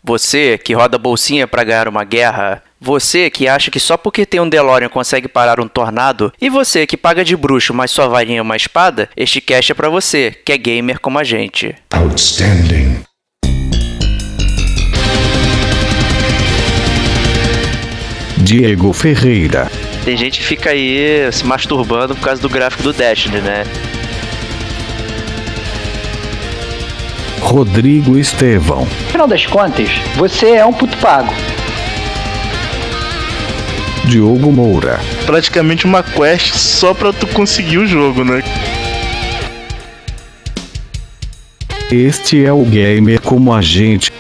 Você que roda bolsinha pra ganhar uma guerra. Você que acha que só porque tem um DeLorean consegue parar um tornado. E você que paga de bruxo, mas sua varinha é uma espada. Este cast é pra você, que é gamer como a gente. Outstanding. Diego Ferreira. Tem gente que fica aí se masturbando por causa do gráfico do Destiny, né? Rodrigo Estevão. No final das contas, você é um puto pago. Diogo Moura. Praticamente uma quest só pra tu conseguir o jogo, né? Este é o Gamer como a gente.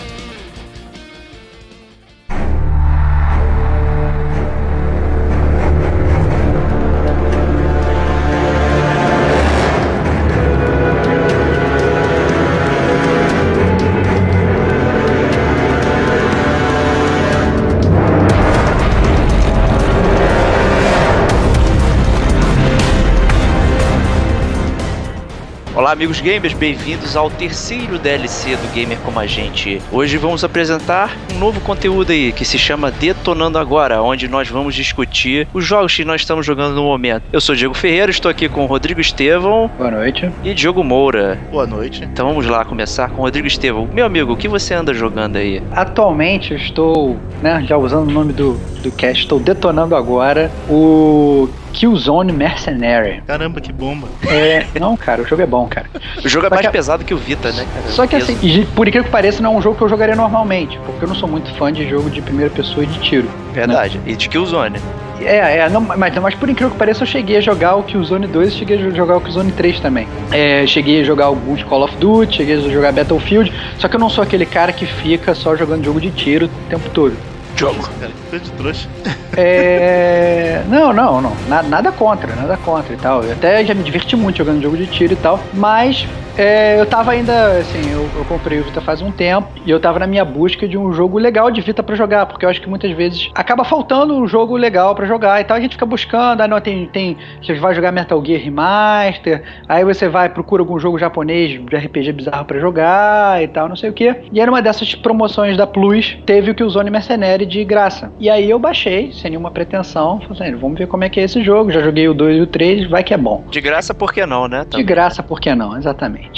Olá amigos gamers, bem-vindos ao terceiro DLC do Gamer Como a Gente. Hoje vamos apresentar um novo conteúdo aí, que se chama Detonando Agora, onde nós vamos discutir os jogos que nós estamos jogando no momento. Eu sou Diego Ferreira, estou aqui com o Rodrigo Estevão. Boa noite. E Diogo Moura. Boa noite. Então vamos lá começar com o Rodrigo Estevão. Meu amigo, o que você anda jogando aí? Atualmente eu estou, já usando o nome do cast, estou detonando agora o Killzone Mercenary. Caramba, que bomba. Não, cara, o jogo é bom, cara. O jogo é mais pesado que o Vita, né, cara? Só que assim, por incrível que pareça, não é um jogo que eu jogaria normalmente, porque eu não sou muito fã de jogo de primeira pessoa e de tiro. Verdade, né? E de Killzone. Mas por incrível que pareça, eu cheguei a jogar o Killzone 2 e cheguei a jogar o Killzone 3 também. Cheguei a jogar alguns Call of Duty, cheguei a jogar Battlefield, só que eu não sou aquele cara que fica só jogando jogo de tiro o tempo todo. Jogo. Cara, que coisa de trouxa. Não. Nada contra e tal. Eu até já me diverti muito jogando jogo de tiro e tal, mas eu tava ainda, assim, eu comprei o Vita faz um tempo e eu tava na minha busca de um jogo legal de Vita pra jogar, porque eu acho que muitas vezes acaba faltando um jogo legal pra jogar e tal, a gente fica buscando, você vai jogar Metal Gear Remaster, aí você procura algum jogo japonês de RPG bizarro pra jogar e tal, não sei o que, e era uma dessas promoções da Plus, teve o Killzone Mercenary de graça, e aí eu baixei, sem nenhuma pretensão, falei assim, vamos ver como é que é esse jogo, já joguei o 2 e o 3, vai que é bom. De graça, por que não, né? De graça, por que não, exatamente.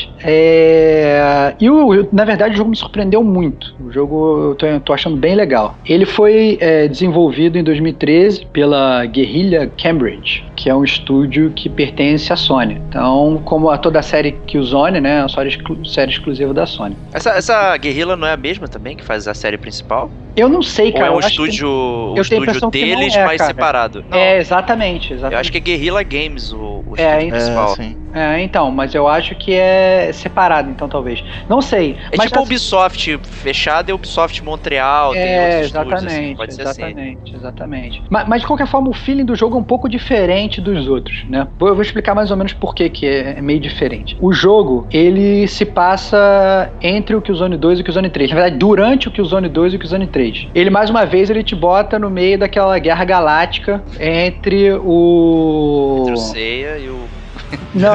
Na verdade, o jogo me surpreendeu muito. O jogo eu tô achando bem legal. Ele foi desenvolvido em 2013 pela Guerrilla Cambridge, que é um estúdio que pertence à Sony. Então, como toda a série Killzone, né, é uma série exclusiva da Sony. Essa Guerrilla não é a mesma também que faz a série principal? Eu não sei, cara. Ou é um estúdio deles, mas cara. Separado? Não. Exatamente. Eu acho que é Guerrilla Games o estúdio principal. Sim. Então, mas eu acho que é separado, então talvez. Não sei. Mas tipo a Ubisoft fechada e a Ubisoft Montreal, tem outros estúdios, assim, pode ser exatamente. Mas de qualquer forma, o feeling do jogo é um pouco diferente dos outros, né? Eu vou explicar mais ou menos por que é meio diferente. O jogo, ele se passa entre o Killzone 2 e o Killzone 3. Na verdade, durante o Killzone 2 e o Killzone 3. Ele, mais uma vez, ele te bota no meio daquela guerra galáctica entre o Seiya e o... Não.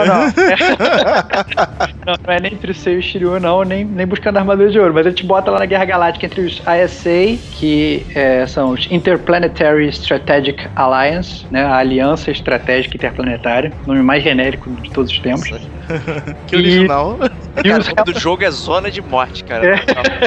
Não é nem entre o Seiya e o Shiryu, não, nem buscando a armadura de ouro, mas ele te bota lá na Guerra Galáctica entre os ISA, que são os Interplanetary Strategic Alliance, né, a Aliança Estratégica Interplanetária, nome mais genérico de todos os tempos. Que original. E o nome do jogo é Zona de Morte, cara.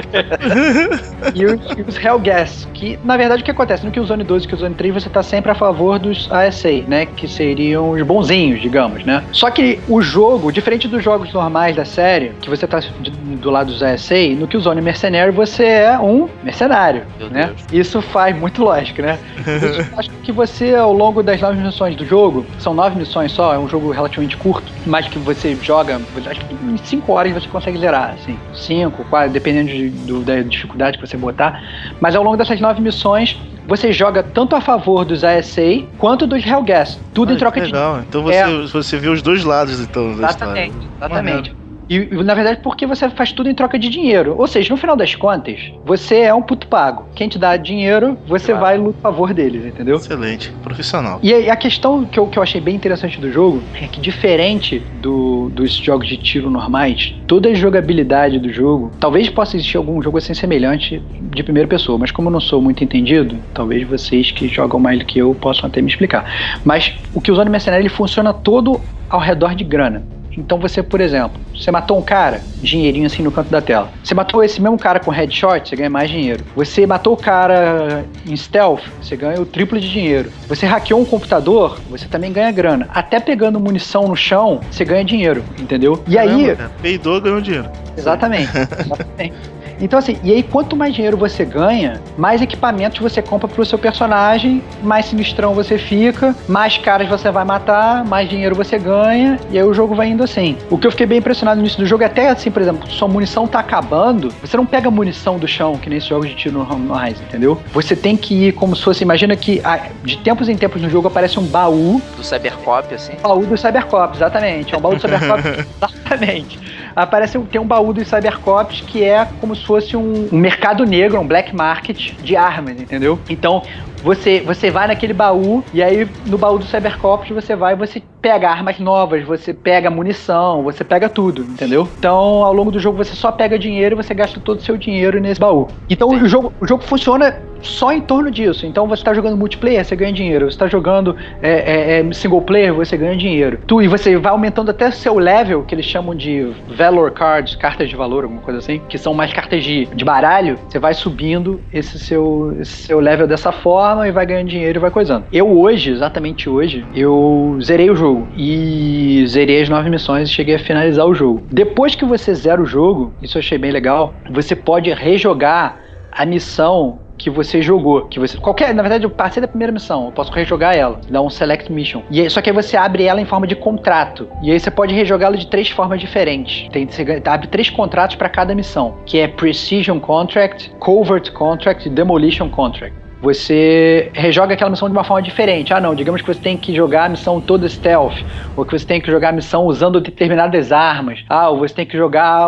E os Helghast, que na verdade o que acontece? No Killzone 2 e Killzone 3 você tá sempre a favor dos ASA, né? Que seriam os bonzinhos, digamos, né? Só que o jogo, diferente dos jogos normais da série, que você tá do lado dos ASA, no Killzone Mercenary você é um mercenário, né? Isso faz muito lógica, né? Eu acho que você, ao longo das 9 missões do jogo, são 9 missões só, é um jogo relativamente curto, mas que você joga, acho que em 5 horas você consegue zerar, assim, 5, 4, dependendo da dificuldade que você botar, mas ao longo dessas 9 missões você joga tanto a favor dos ASA quanto dos Helghast, tudo em troca de... Legal, então você vê os dois lados, então, da Exatamente. E, na verdade, porque você faz tudo em troca de dinheiro. Ou seja, no final das contas, você é um puto pago. Quem te dá dinheiro, você vai e luta a favor deles, entendeu? Excelente, profissional. E a questão que eu achei bem interessante do jogo é que, diferente dos jogos de tiro normais, toda a jogabilidade do jogo, talvez possa existir algum jogo assim semelhante de primeira pessoa, mas como eu não sou muito entendido, talvez vocês que jogam mais do que eu possam até me explicar. Mas o que o Zone Mercenário, ele funciona todo ao redor de grana. Então você, por exemplo, você matou um cara, dinheirinho assim no canto da tela. Você matou esse mesmo cara com headshot, você ganha mais dinheiro. Você matou o cara em stealth, você ganha o triplo de dinheiro. Você hackeou um computador, você também ganha grana. Até pegando munição no chão, você ganha dinheiro, entendeu? E aí... Peidou, ganhou dinheiro. Exatamente. Então assim, e aí quanto mais dinheiro você ganha, mais equipamentos você compra pro seu personagem, mais sinistrão você fica, mais caras você vai matar, mais dinheiro você ganha, e aí o jogo vai indo assim. O que eu fiquei bem impressionado no início do jogo é até assim, por exemplo, sua munição tá acabando, você não pega munição do chão, que nem esses jogos de tiro normais, entendeu? Você tem que ir como se fosse, imagina que de tempos em tempos no jogo aparece um baú. Do Cybercop, assim. Baú do Cybercop, exatamente. É um baú do Cybercop, exatamente. Tem um baú dos Cybercops que é como se fosse um mercado negro, um black market de armas, entendeu? Então, você vai naquele baú, e aí no baú do Cybercops você pega armas novas, você pega munição, você pega tudo, entendeu? Então, ao longo do jogo você só pega dinheiro e você gasta todo o seu dinheiro nesse baú. Então, o jogo funciona só em torno disso. Então, você tá jogando multiplayer, você ganha dinheiro. Você tá jogando single player, você ganha dinheiro. E você vai aumentando até o seu level, que eles chamam de Valor Cards, cartas de valor, alguma coisa assim, que são mais cartas de baralho. Você vai subindo esse seu level dessa forma e vai ganhando dinheiro e vai coisando. Exatamente hoje, eu zerei o jogo. E zerei as 9 missões e cheguei a finalizar o jogo. Depois que você zera o jogo, isso eu achei bem legal, você pode rejogar a missão que você jogou, na verdade eu passei da primeira missão, eu posso rejogar ela, dar um select mission, só que aí você abre ela em forma de contrato, e aí você pode rejogá-la de 3 formas diferentes. Você abre 3 contratos para cada missão, que é Precision Contract, Covert Contract e Demolition Contract. Você rejoga aquela missão de uma forma diferente. Digamos que você tem que jogar a missão toda stealth, ou que você tem que jogar a missão usando determinadas armas, ou você tem que jogar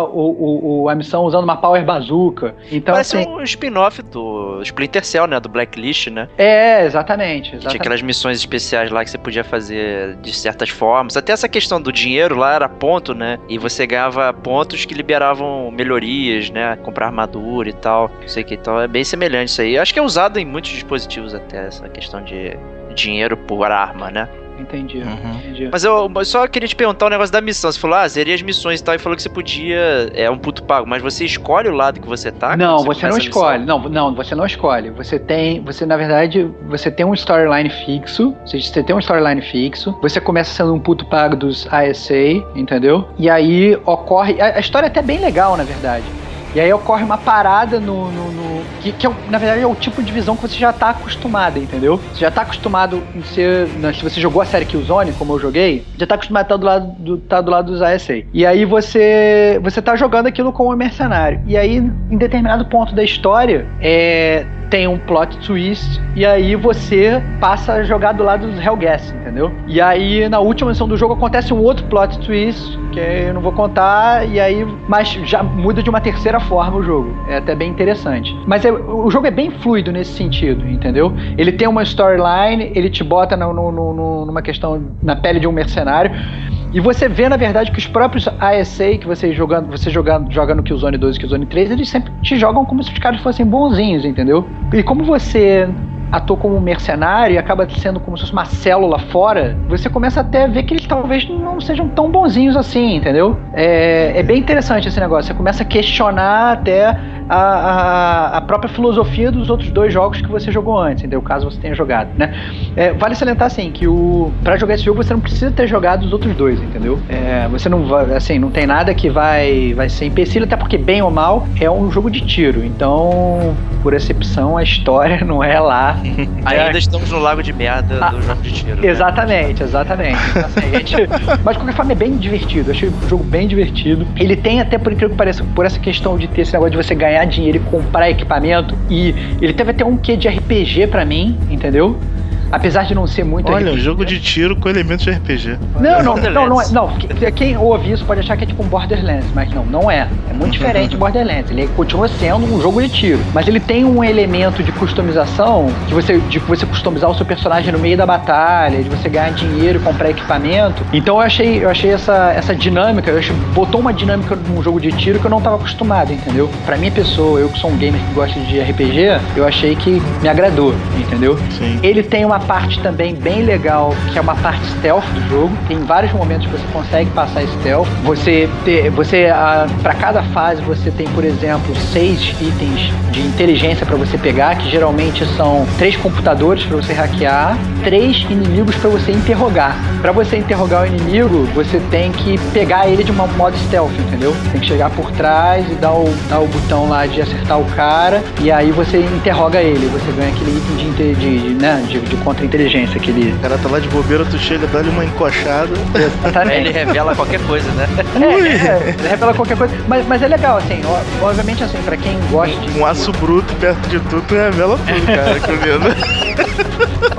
a missão usando uma power bazooka. Então, parece um spin-off do Splinter Cell, né, do Blacklist, né? Exatamente. Tinha aquelas missões especiais lá que você podia fazer de certas formas. Até essa questão do dinheiro lá era ponto, né? E você ganhava pontos que liberavam melhorias, né? Comprar armadura e tal. Não sei o que, então é bem semelhante isso aí. Eu acho que é usado em muitos dispositivos até, essa questão de dinheiro por arma, né? Entendi. Mas eu só queria te perguntar um negócio da missão. Você falou, zerei as missões e tal, e falou que você podia, um puto pago, mas você escolhe o lado que você tá? Não, você não escolhe. Não, você não escolhe. Na verdade, você tem um storyline fixo, você começa sendo um puto pago dos ASA, entendeu? E aí ocorre, a história é até bem legal, na verdade. E aí ocorre uma parada que na verdade é o tipo de visão que você já tá acostumado, entendeu? Você já tá acostumado em ser... Se você jogou a série Killzone, como eu joguei, já tá acostumado a estar do lado dos ASA. E aí você tá jogando aquilo como um mercenário. E aí, em determinado ponto da história, tem um plot twist, e aí você passa a jogar do lado dos Hellgas, entendeu? E aí, na última missão do jogo, acontece um outro plot twist, que eu não vou contar, mas já muda de uma terceira forma o jogo. É até bem interessante. Mas o jogo é bem fluido nesse sentido, entendeu? Ele tem uma storyline, ele te bota numa questão, na pele de um mercenário, e você vê, na verdade, que os próprios ASA que você joga no Killzone 2 e Killzone 3, eles sempre te jogam como se os caras fossem bonzinhos, entendeu? E como você atua como um mercenário e acaba sendo como se fosse uma célula fora, você começa até a ver que eles talvez não sejam tão bonzinhos assim, entendeu? É bem interessante esse negócio. Você começa a questionar até a própria filosofia dos outros 2 jogos que você jogou antes, entendeu? Caso você tenha jogado, né? Vale salientar, assim, que pra jogar esse jogo você não precisa ter jogado os outros 2, entendeu? Você não vai, assim, não tem nada que vai ser empecilho, até porque, bem ou mal, é um jogo de tiro. Por excepção, a história não é lá. Ainda estamos no lago de merda do jogo de tiro. Exatamente. Então, assim, mas de qualquer forma é bem divertido. Eu achei o jogo bem divertido. Ele tem, até por incrível que pareça, por essa questão de ter esse negócio de você ganhar dinheiro e comprar equipamento, e ele teve até um quê de RPG pra mim, entendeu? apesar de não ser muito Olha, um RPG. jogo de tiro com elementos de RPG. Não. Quem ouve isso pode achar que é tipo um Borderlands, mas não é. É muito diferente de Borderlands. Ele continua sendo um jogo de tiro, mas ele tem um elemento de customização, de você customizar o seu personagem no meio da batalha, de você ganhar dinheiro e comprar equipamento. Então eu achei essa dinâmica, botou uma dinâmica num jogo de tiro que eu não estava acostumado, entendeu? Pra minha pessoa, eu que sou um gamer que gosta de RPG, eu achei que me agradou, entendeu? Sim. Ele tem uma parte também bem legal, que é uma parte stealth do jogo. Tem vários momentos que você consegue passar stealth. Pra cada fase você tem, por exemplo, 6 itens de inteligência pra você pegar, que geralmente são 3 computadores pra você hackear, 3 inimigos pra você interrogar. Pra você interrogar o inimigo, você tem que pegar ele de uma modo stealth, entendeu? Tem que chegar por trás e dar o botão lá de acertar o cara, e aí você interroga ele, você ganha aquele item de contra-inteligência, aquele... O cara tá lá de bobeira, tu chega, dá-lhe uma encoxada. Ele revela qualquer coisa, né? Ele revela qualquer coisa, mas é legal, assim, obviamente, assim, pra quem gosta de... Um aço bruto perto de tudo, tu revela tudo, cara, comendo.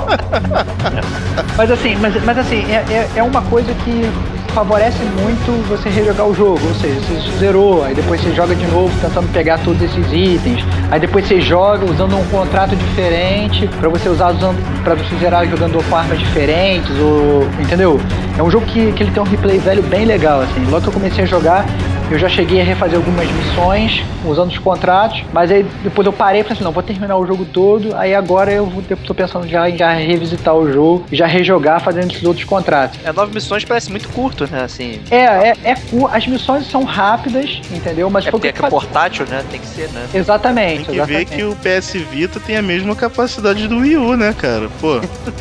Mas assim, é uma coisa que favorece muito você rejogar o jogo, ou seja, você zerou, aí depois você joga de novo tentando pegar todos esses itens, aí depois você joga usando um contrato diferente pra você zerar jogando com armas diferentes, ou entendeu? É um jogo que ele tem um replay velho bem legal, assim. Logo que eu comecei a jogar, eu já cheguei a refazer algumas missões usando os contratos, mas aí depois eu parei e falei assim, não, vou terminar o jogo todo, aí agora eu tô pensando já em revisitar o jogo e já rejogar fazendo esses outros contratos. 9 missões parece muito curto, né, assim... As missões são rápidas, entendeu? Mas porque é portátil, né, tem que ser, né? Exatamente. Tem que ver que o PS Vita tem a mesma capacidade do Wii U, né, cara? Pô.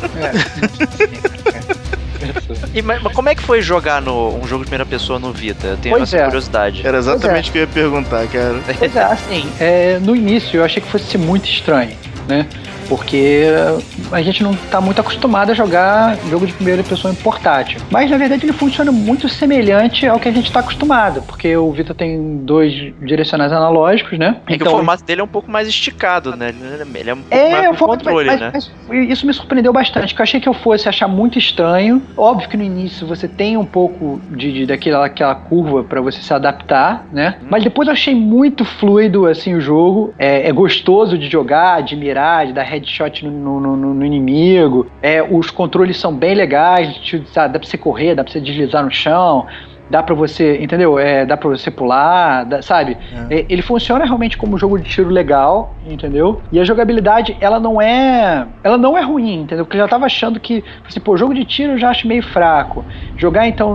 Mas como é que foi jogar um jogo de primeira pessoa no Vita? Eu tenho essa curiosidade. Era exatamente o que eu ia perguntar, cara. Pois é, assim, no início eu achei que fosse muito estranho, né? Porque a gente não está muito acostumado a jogar jogo de primeira pessoa em portátil. Mas, na verdade, ele funciona muito semelhante ao que a gente está acostumado, porque o Vita tem 2 direcionais analógicos, né? É que o formato dele é um pouco mais esticado, né? Ele é um pouco mais com controle, né? Mas isso me surpreendeu bastante, que eu achei que eu fosse achar muito estranho. Óbvio que no início você tem um pouco daquela curva para você se adaptar, né? Mas depois eu achei muito fluido, assim, o jogo. É gostoso de jogar, de mirar, de dar headshot no inimigo. Os controles são bem legais, dá pra você correr, dá pra você deslizar no chão, dá pra você, entendeu? Dá pra você pular, sabe? Ele funciona realmente como um jogo de tiro legal, entendeu? E a jogabilidade, ela não é ruim, entendeu? Porque eu já tava achando que, assim, jogo de tiro eu já acho meio fraco. Jogar, então,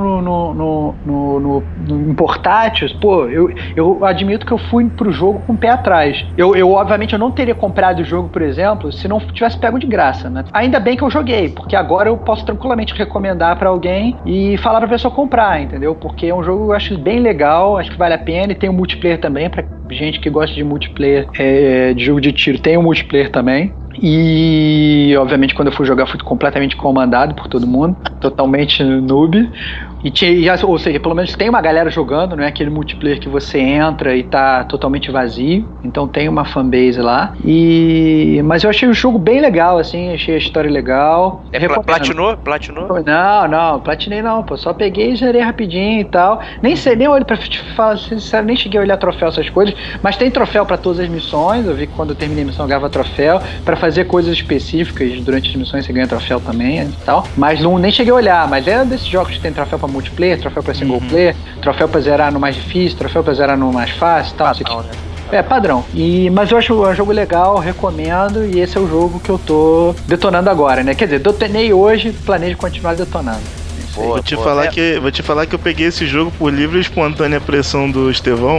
em portáteis, eu admito que eu fui pro jogo com o pé atrás. Obviamente, eu não teria comprado o jogo, por exemplo, se não tivesse pego de graça, né? Ainda bem que eu joguei, porque agora eu posso tranquilamente recomendar pra alguém e falar pra pessoa comprar, entendeu? Porque é um jogo que eu acho bem legal, acho que vale a pena, e tem um multiplayer também, pra gente que gosta de multiplayer, de jogo de tiro, tem um multiplayer também. E, obviamente, quando eu fui jogar, fui completamente comandado por todo mundo, totalmente noob. Ou seja, pelo menos tem uma galera jogando, não é aquele multiplayer que você entra e tá totalmente vazio. Então tem uma fanbase lá. Mas eu achei o jogo bem legal, assim, achei a história legal. Platinou? Não, platinei não, pô. Só peguei e zerei rapidinho e tal. Nem olhei pra te falar sincero, nem cheguei a olhar troféu, essas coisas. Mas tem troféu pra todas as missões. Eu vi que quando eu terminei a missão eu ganhava troféu. Pra fazer coisas específicas durante as missões você ganha troféu também e tal. Mas nem cheguei a olhar. Mas é desses jogos que tem troféu pra multiplayer, troféu pra single player, troféu pra zerar no mais difícil, troféu pra zerar no mais fácil e tal. Padrão, né? Padrão. Mas eu acho um jogo legal, recomendo, e esse é o jogo que eu tô detonando agora, né? Quer dizer, detonei hoje, planejo continuar detonando. Vou te falar que eu peguei esse jogo por livre e espontânea pressão do Estevão.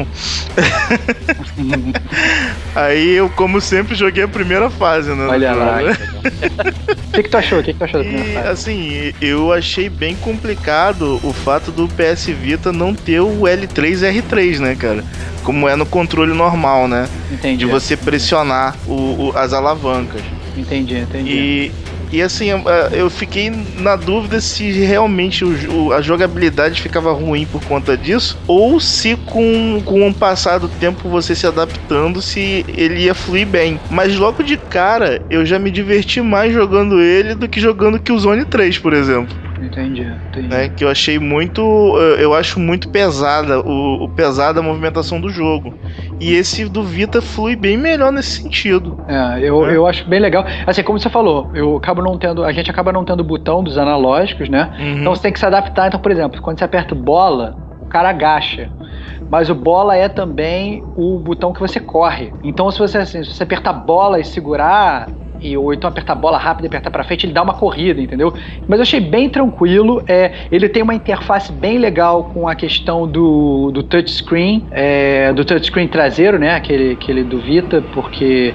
Aí eu, como sempre, joguei a primeira fase, né? Olha lá. O que tu achou? O que tu achou da primeira fase? Assim, eu achei bem complicado o fato do PS Vita não ter o L3 e R3, né, cara? Como é no controle normal, né? Entendi. De você pressionar as alavancas. Entendi. E assim, eu fiquei na dúvida se realmente a jogabilidade ficava ruim por conta disso, ou se com o passar do tempo você se adaptando, se ele ia fluir bem. Mas logo de cara, eu já me diverti mais jogando ele do que jogando Killzone 3, por exemplo. Entendi. Que eu achei muito... Eu acho muito pesada, pesada a movimentação do jogo. E esse do Vita flui bem melhor nesse sentido. Eu acho bem legal. Assim, como você falou, a gente acaba não tendo o botão dos analógicos, né? Uhum. Então você tem que se adaptar. Então, por exemplo, quando você aperta bola, o cara agacha. Mas o bola é também o botão que você corre. Então, se você apertar bola e segurar... ou então apertar a bola rápido e apertar pra frente, ele dá uma corrida, entendeu? Mas eu achei bem tranquilo, ele tem uma interface bem legal com a questão do touchscreen, do touchscreen traseiro, né, aquele do Vita, porque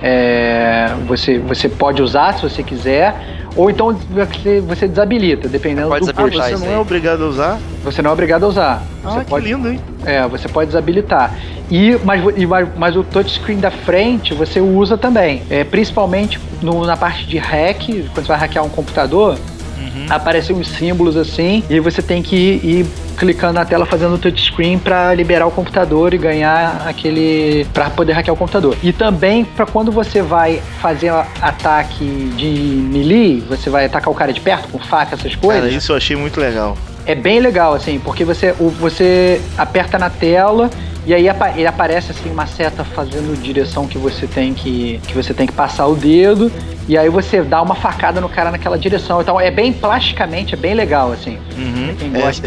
você pode usar se você quiser, ou então você desabilita, dependendo do caso. Você não é obrigado a usar? Você não é obrigado a usar. Que lindo, hein? Você pode desabilitar. Mas o touchscreen da frente você usa também. Principalmente na parte de hack, quando você vai hackear um computador, aparecem uns símbolos assim, e aí você tem que ir clicando na tela fazendo o touchscreen para liberar o computador e ganhar para poder hackear o computador. E também para quando você vai fazer ataque de melee, você vai atacar o cara de perto com faca, essas coisas. Cara, isso eu achei muito legal. É bem legal, assim, porque você aperta na tela e aí ele aparece assim uma seta fazendo direção que você tem que passar o dedo, e aí você dá uma facada no cara naquela direção. Então plasticamente é bem legal, assim. Quem gosta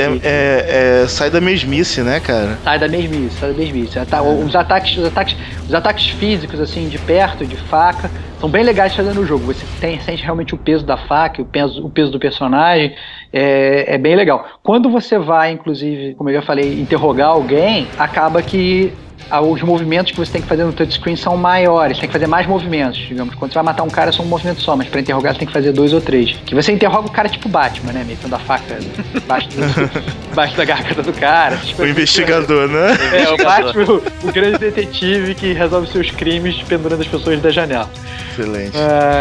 sai da mesmice, né, cara? Sai da mesmice. Os ataques físicos, assim, de perto, de faca, são bem legais de fazer no jogo. Você sente realmente o peso da faca, o peso do personagem. É bem legal. Quando você vai, inclusive, como eu já falei, interrogar alguém, acaba que os movimentos que você tem que fazer no touchscreen são maiores, tem que fazer mais movimentos, digamos. Quando você vai matar um cara, são um movimento só, mas pra interrogar você tem que fazer 2 ou 3. Que você interroga o cara tipo Batman, né? Metendo a faca embaixo da garganta do cara. O investigador, né? O Batman, o grande detetive que resolve seus crimes pendurando as pessoas da janela. Excelente.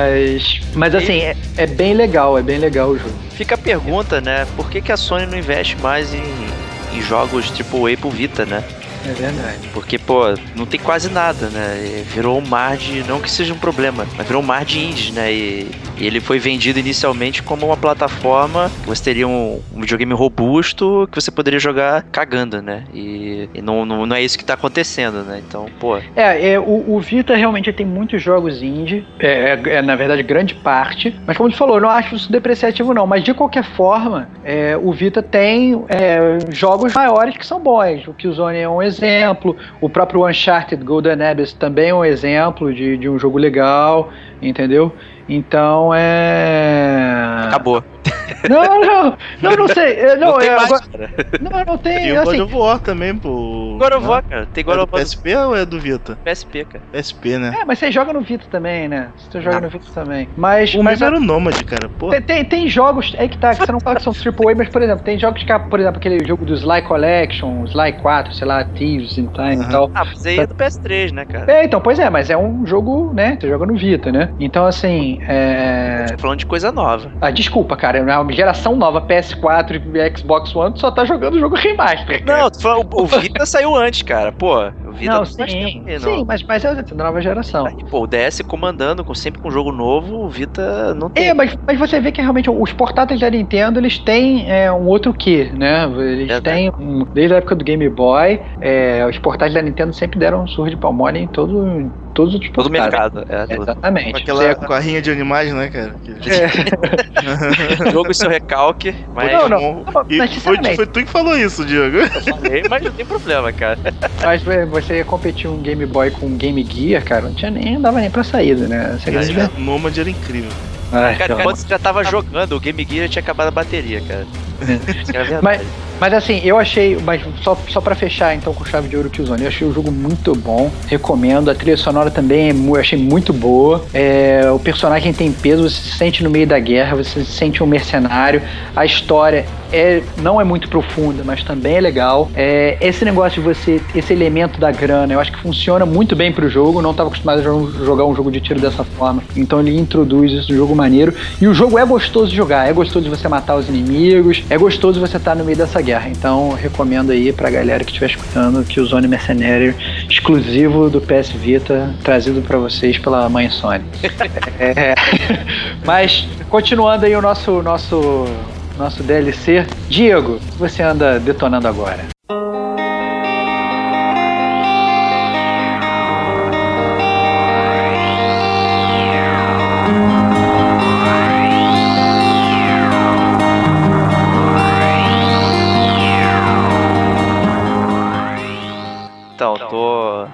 Mas assim, é bem legal o jogo. Fica a pergunta, né? Por que a Sony não investe mais em jogos AAA pro Vita, né? É verdade. Porque, não tem quase nada, né? Virou um mar de... Não que seja um problema, mas virou um mar de indies, né? E ele foi vendido inicialmente como uma plataforma que você teria um videogame robusto que você poderia jogar cagando, né? E não é isso que tá acontecendo, né? Então, o Vita realmente tem muitos jogos indie, na verdade grande parte, mas como tu falou, eu não acho isso depreciativo não, mas de qualquer forma, o Vita tem jogos maiores que são bons. O Killzone é um exemplo, o próprio Uncharted Golden Abyss também é um exemplo de um jogo legal, entendeu? Então Acabou. Não sei. Não tem mais, cara. Não tem. E o God of War também, pô. God of War, cara. Tem God of War. É do PSP ou é do Vita? PSP, cara. PSP, né? Mas você joga no Vita também, né? Você joga no Vita também. Mas era o Nomad, cara. Pô. Tem jogos, que você não fala que são AAA, mas, por exemplo, tem jogos que, por exemplo, aquele jogo do Sly Collection, Sly 4, sei lá, Thieves in Time e tal. Mas aí é do PS3, né, cara? Então, mas é um jogo, né? Você joga no Vita, né? Então, assim, Tô falando de coisa nova. Desculpa, cara, é uma geração nova, PS4 e Xbox One, só tá jogando o jogo remaster, cara. Não, tô falando, o Vita saiu antes, cara. O Vita sim, mas é da nova geração. Aí, o DS comandando, sempre com jogo novo, o Vita não tem. Mas você vê que realmente os portáteis da Nintendo, eles têm um outro quê, né? Eles têm, desde a época do Game Boy, os portáteis da Nintendo sempre deram um surra de pau mole em todos os portáteis. Todo o mercado. Exatamente. Com aquela carrinha de animais, né, cara? Jogo e seu recalque. Mas foi tu que falou isso, Diego. Eu falei, mas não tem problema, cara. Mas você ia competir um Game Boy com um Game Gear, cara, não dava nem pra saída, né? O Nomad era incrível. Cara, quando você já tava jogando, o Game Gear já tinha acabado a bateria, cara. Isso era verdade. Mas assim, eu achei, mas só pra fechar então com chave de ouro Killzone, eu achei o jogo muito bom, recomendo, a trilha sonora também eu achei muito boa, o personagem tem peso, você se sente no meio da guerra, você se sente um mercenário, a história não é muito profunda, mas também é legal. Esse negócio de você, esse elemento da grana, eu acho que funciona muito bem pro jogo, não estava acostumado a jogar um jogo de tiro dessa forma, então ele introduz isso no jogo maneiro, e o jogo é gostoso de jogar, é gostoso de você matar os inimigos, é gostoso você estar no meio dessa guerra, então recomendo aí pra galera que estiver escutando que o Zone Mercenary, exclusivo do PS Vita, trazido pra vocês pela mãe Sony. Mas, continuando aí o nosso DLC, Diego, o que você anda detonando agora? Então, tô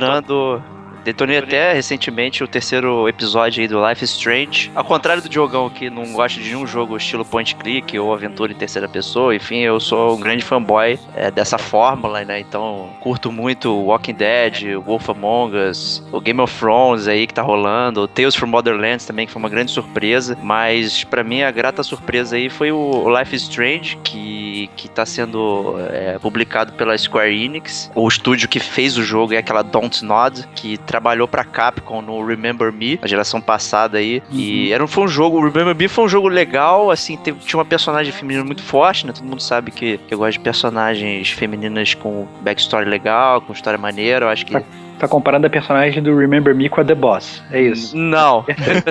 detonei até recentemente o terceiro episódio aí do Life is Strange. Ao contrário do Diogão, que não gosta de nenhum jogo estilo point click ou aventura em terceira pessoa, enfim, eu sou um grande fanboy dessa fórmula, né? Então, curto muito Walking Dead, Wolf Among Us, o Game of Thrones aí que tá rolando, o Tales from Borderlands também, que foi uma grande surpresa, mas pra mim a grata surpresa aí foi o Life is Strange, que tá sendo publicado pela Square Enix. O estúdio que fez o jogo é aquela Dontnod, que trabalhou pra Capcom no Remember Me, a geração passada aí, e foi um jogo, o Remember Me foi um jogo legal, assim, tinha uma personagem feminina muito forte, né, todo mundo sabe que eu gosto de personagens femininas com backstory legal, com história maneira, eu acho que... Tá comparando a personagem do Remember Me com a The Boss, é isso? Não.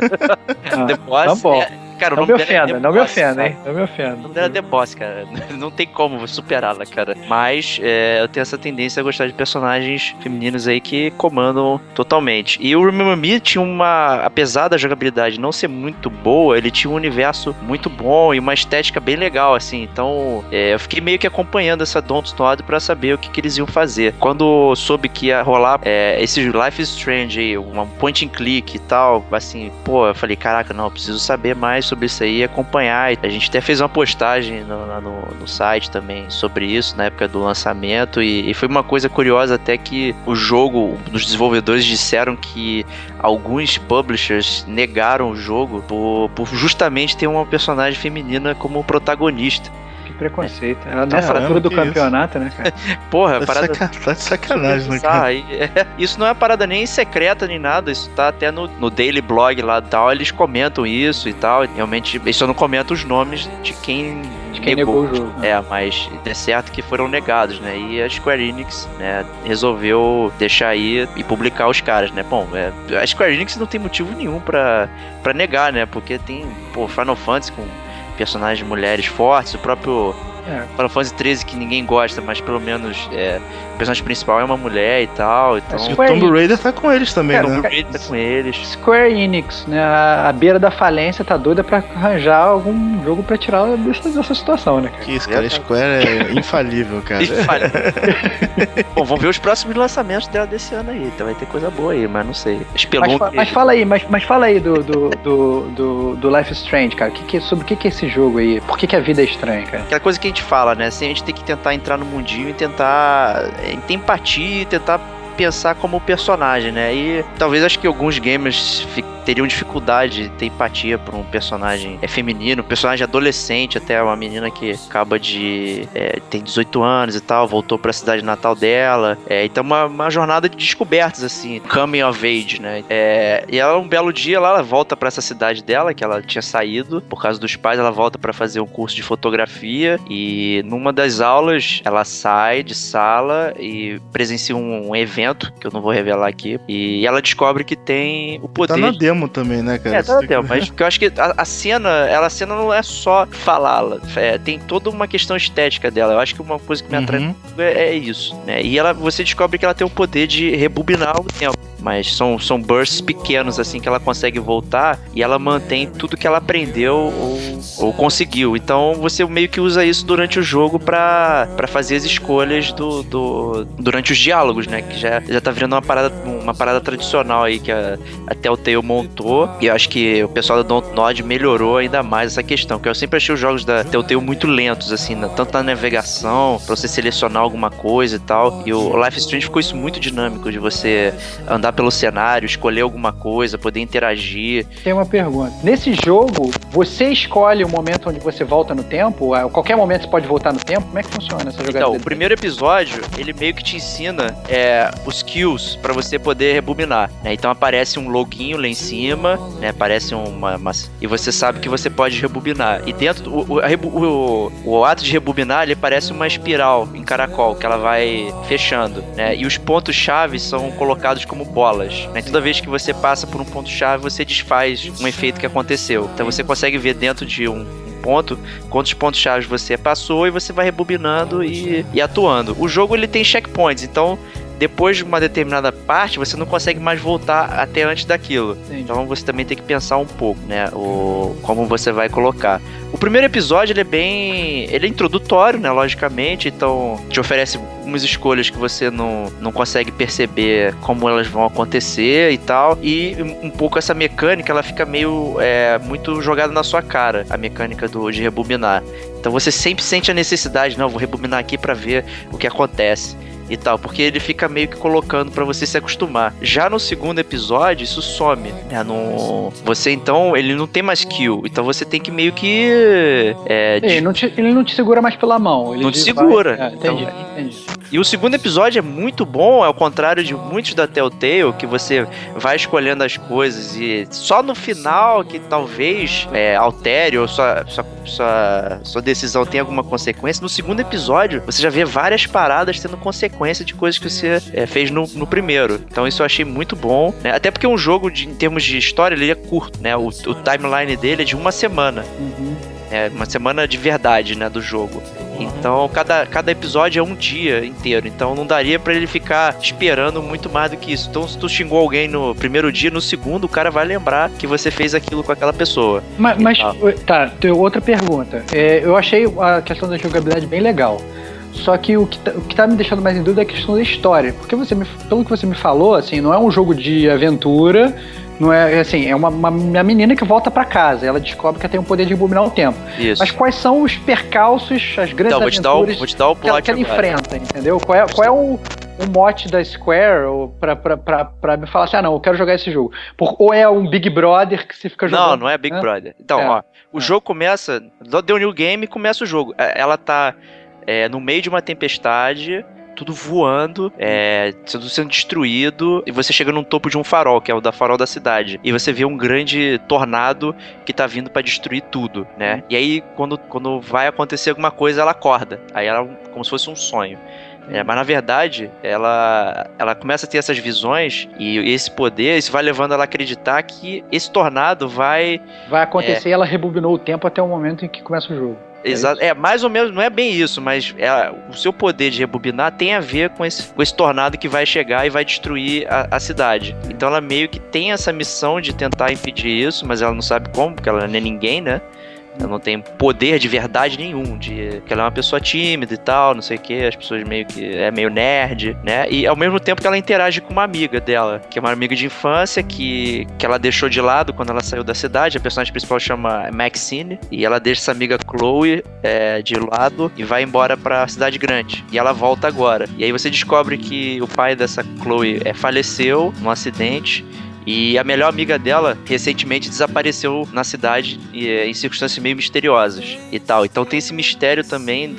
The Boss... Tá bom. Cara, não me ofenda, não me ofenda, hein? Não me ofenda. O nome dela é The Boss, cara. Não tem como superá-la, cara. Mas eu tenho essa tendência a gostar de personagens femininos aí que comandam totalmente. E o Remember Me tinha apesar da jogabilidade não ser muito boa, ele tinha um universo muito bom e uma estética bem legal, assim. Então, eu fiquei meio que acompanhando essa Dontnod pra saber o que eles iam fazer. Quando soube que ia rolar esse Life is Strange aí, uma point and click e tal, assim, pô, eu falei, caraca, não, eu preciso saber mais sobre isso aí e acompanhar. A gente até fez uma postagem no site também sobre isso, na época do lançamento, e foi uma coisa curiosa até que o jogo, os desenvolvedores disseram que alguns publishers negaram o jogo por justamente ter uma personagem feminina como protagonista. Preconceito. Ela nessa altura do campeonato, né, cara? Porra, parada... Tá de sacanagem, né, cara? Isso não é parada nem secreta nem nada, isso tá até no Daily Blog lá e tal, eles comentam isso e tal, realmente eles só não comentam os nomes de quem negou o jogo. Mas é certo que foram negados, né, e a Square Enix, né, resolveu deixar aí e publicar os caras, né, bom, a Square Enix não tem motivo nenhum pra negar, né, porque tem, Final Fantasy com personagens mulheres fortes, o próprio Final Fantasy 13 que ninguém gosta, mas pelo menos o personagem principal é uma mulher e tal, então... E o Tomb Raider tá com eles também, né? O Tomb Raider tá com eles. Square Enix, né, a beira da falência, tá doida pra arranjar algum jogo pra tirar dessa situação, né, cara? Que isso, cara, Square é infalível, cara. Bom, vamos ver os próximos lançamentos dela desse ano aí, então vai ter coisa boa aí, mas não sei. Mas fala aí do Life is Strange, cara, sobre o que é esse jogo aí? Por que a vida é estranha, cara? Aquela coisa que a gente fala, né, assim, a gente tem que tentar entrar no mundinho e tentar ter empatia e tentar pensar como personagem, né? E talvez acho que alguns gamers teriam dificuldade de ter empatia por um personagem feminino, um personagem adolescente, até uma menina que acaba de... tem 18 anos e tal, voltou pra cidade natal dela. Então uma jornada de descobertas, assim, coming of age, né? E ela, um belo dia, ela volta pra essa cidade dela, que ela tinha saído por causa dos pais, ela volta pra fazer um curso de fotografia e numa das aulas ela sai de sala e presencia um evento, que eu não vou revelar aqui, e ela descobre que tem o poder... Tá na demo também, né, cara? Tá na demo, mas porque eu acho que a cena não é só falá-la, tem toda uma questão estética dela. Eu acho que uma coisa que me atrai é isso, né? E você descobre que ela tem o poder de rebobinar o tempo. Mas são bursts pequenos, assim, que ela consegue voltar e ela mantém tudo que ela aprendeu ou conseguiu. Então você meio que usa isso durante o jogo pra fazer as escolhas durante os diálogos, né? Que já tá virando uma parada tradicional aí que a Telltale montou, e eu acho que o pessoal da Dontnod melhorou ainda mais essa questão, porque eu sempre achei os jogos da Telltale muito lentos, assim, tanto na navegação, pra você selecionar alguma coisa e tal, e o Life is Strange ficou isso muito dinâmico, de você andar pelo cenário, escolher alguma coisa, poder interagir. Tem uma pergunta. Nesse jogo, você escolhe o momento onde você volta no tempo? A qualquer momento você pode voltar no tempo? Como é que funciona essa jogada? Então, o primeiro episódio, ele meio que te ensina os kills pra você poder rebobinar, né? Então aparece um loginho lá em cima, né? Aparece e você sabe que você pode rebobinar. E dentro, o ato de rebobinar, ele parece uma espiral em caracol, que ela vai fechando, né? E os pontos-chave são colocados como bolas, né? Toda vez que você passa por um ponto-chave, você desfaz um efeito que aconteceu. Então você consegue ver dentro de um ponto quantos pontos-chave você passou e você vai rebobinando e atuando. O jogo, ele tem checkpoints, então depois de uma determinada parte, você não consegue mais voltar até antes daquilo. Entendi. Então você também tem que pensar um pouco, né? Como você vai colocar. O primeiro episódio, ele é introdutório, né? Logicamente, então te oferece umas escolhas que você não consegue perceber como elas vão acontecer e tal. E um pouco essa mecânica, ela fica meio muito jogada na sua cara, a mecânica de rebobinar. Então você sempre sente a necessidade, não, vou rebobinar aqui pra ver o que acontece e tal, porque ele fica meio que colocando pra você se acostumar. Já no segundo episódio, isso some, né? Você, então, ele não tem mais kill, então você tem que meio que... Ele não te segura mais pela mão. Ele não te segura. Entendi. E o segundo episódio é muito bom, ao contrário de muitos da Telltale, que você vai escolhendo as coisas e só no final que talvez altere ou sua decisão tenha alguma consequência. No segundo episódio, você já vê várias paradas tendo consequência de coisas que você fez no primeiro. Então isso eu achei muito bom, né? Até porque um jogo, em termos de história, ele é curto, né? O timeline dele é de uma semana. Uhum. Uma semana de verdade, né, do jogo. Então, cada episódio é um dia inteiro. Então, não daria pra ele ficar esperando muito mais do que isso. Então, se tu xingou alguém no primeiro dia, no segundo, o cara vai lembrar que você fez aquilo com aquela pessoa. Mas tem outra pergunta. Eu achei a questão da jogabilidade bem legal. Só que o que tá me deixando mais em dúvida é a questão da história. Porque pelo que você me falou, assim, não é um jogo de aventura. Não é assim, é uma menina que volta pra casa. Ela descobre que ela tem o poder de rebobinar o tempo. Isso. Mas quais são os percalços, as grandes aventuras vou te dar o plot que ela enfrenta, entendeu? Qual é o mote da Square pra me falar assim, não, eu quero jogar esse jogo? Ou é um Big Brother que você fica jogando? Não é Big Brother. Então, o jogo começa, deu New Game e começa o jogo. Ela tá no meio de uma tempestade, tudo voando, tudo sendo destruído, e você chega num topo de um farol, que é o farol da cidade, e você vê um grande tornado que tá vindo pra destruir tudo, né? E aí, quando vai acontecer alguma coisa, ela acorda. Aí ela, como se fosse um sonho. Mas na verdade, ela começa a ter essas visões, e esse poder, isso vai levando ela a acreditar que esse tornado vai acontecer, e ela rebobinou o tempo até o momento em que começa o jogo. Exato, mais ou menos, não é bem isso, mas o seu poder de rebobinar tem a ver com esse tornado que vai chegar e vai destruir a cidade. Então ela meio que tem essa missão de tentar impedir isso, mas ela não sabe como, porque ela não é ninguém, né? Ela não tem poder de verdade nenhum, que ela é uma pessoa tímida e tal, não sei o que, as pessoas meio que meio nerd, né? E ao mesmo tempo que ela interage com uma amiga dela, que é uma amiga de infância que ela deixou de lado quando ela saiu da cidade. A personagem principal chama Maxine, e ela deixa essa amiga Chloe de lado e vai embora pra cidade grande. E ela volta agora. E aí você descobre que o pai dessa Chloe faleceu num acidente. E a melhor amiga dela recentemente desapareceu na cidade em circunstâncias meio misteriosas e tal. Então tem esse mistério também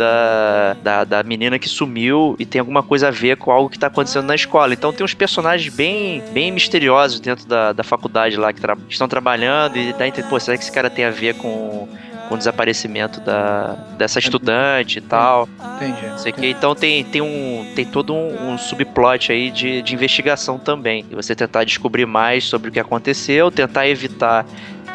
da menina que sumiu e tem alguma coisa a ver com algo que tá acontecendo na escola. Então tem uns personagens bem misteriosos dentro da faculdade lá que estão trabalhando, e dá a entender, será que esse cara tem a ver com o desaparecimento dessa estudante e tal. Entendi. Sei que, então tem todo um subplot aí de investigação também. E você tentar descobrir mais sobre o que aconteceu, tentar evitar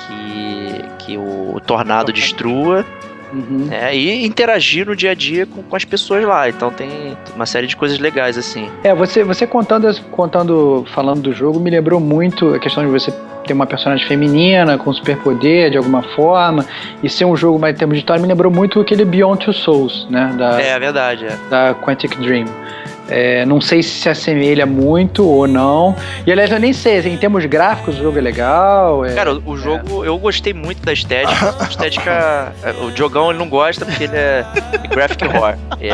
que o tornado destrua. Uhum. E interagir no dia a dia com as pessoas lá. Então tem uma série de coisas legais, assim. Você falando do jogo, me lembrou muito a questão de você ter uma personagem feminina com superpoder de alguma forma, e ser um jogo mais em termos de história. Me lembrou muito aquele Beyond Two Souls, né? É verdade, da Quantic Dream. Não sei se assemelha muito ou não. E aliás, eu nem sei, assim, em termos gráficos o jogo é legal. Cara, o jogo, eu gostei muito da estética. A estética, o Diogão ele não gosta porque ele é graphic horror.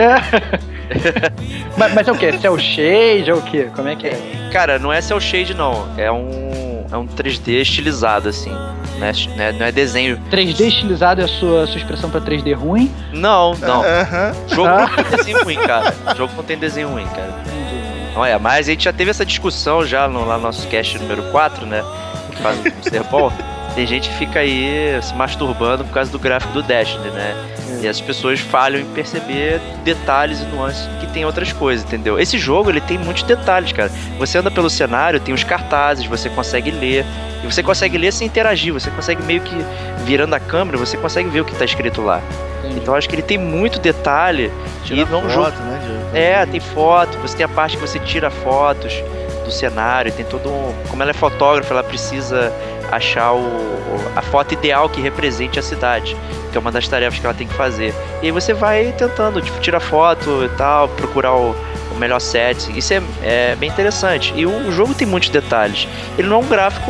Mas é o quê? Cel shade é o quê? Como é que é? Cara, não é cel shade não. É um 3D estilizado, assim. Não é desenho. 3D estilizado é a sua expressão pra 3D ruim? Não. O jogo não tem desenho ruim, cara. O jogo não tem desenho ruim, cara. Olha, mas a gente já teve essa discussão já lá no nosso cast número 4, né? Que faz um ser bom. Tem gente que fica aí se masturbando por causa do gráfico do Destiny, né? E as pessoas falham em perceber detalhes e nuances que tem outras coisas, entendeu? Esse jogo, ele tem muitos detalhes, cara. Você anda pelo cenário, tem os cartazes, você consegue ler. E você consegue ler sem interagir, você consegue meio que, virando a câmera, você consegue ver o que tá escrito lá. Entendi. Então acho que ele tem muito detalhe. Tira foto, jogo... né, Diego? tem foto, você tem a parte que você tira fotos do cenário, tem todo como ela é fotógrafa, ela precisa achar a foto ideal que represente a cidade, que é uma das tarefas que ela tem que fazer. E aí você vai tentando, tipo, tirar foto e tal, procurar o melhor set. Isso é bem interessante. E o jogo tem muitos detalhes. Ele não é um gráfico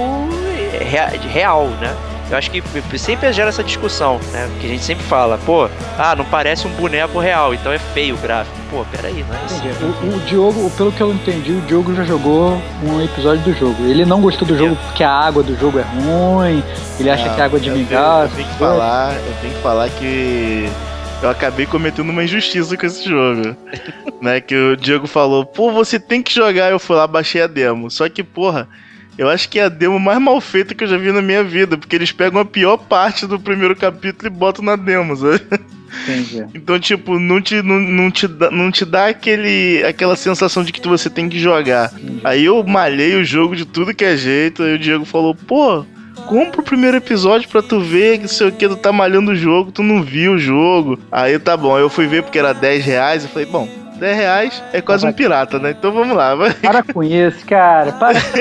real, né? Eu acho que sempre gera essa discussão, né? Que a gente sempre fala, não parece um boneco real, então é feio o gráfico. Peraí, não é isso. O Diogo, pelo que eu entendi, o Diogo já jogou um episódio do jogo. Ele não gostou do jogo porque a água do jogo é ruim, ele acha que a água é de mingau. Eu tenho que falar que eu acabei cometendo uma injustiça com esse jogo. Né? Que o Diego falou, você tem que jogar. Eu fui lá, baixei a demo. Só que, eu acho que é a demo mais mal feita que eu já vi na minha vida, porque eles pegam a pior parte do primeiro capítulo e botam na demo, sabe? Entendi. Então, tipo, não te dá aquela sensação de que você tem que jogar. Entendi. Aí eu malhei o jogo de tudo que é jeito, aí o Diego falou, compra o primeiro episódio pra tu ver, que sei o que, tu tá malhando o jogo, tu não viu o jogo. Aí tá bom, eu fui ver porque era R$10, eu falei, R$10 é quase um pirata, né? Então vamos lá. Para com isso, cara.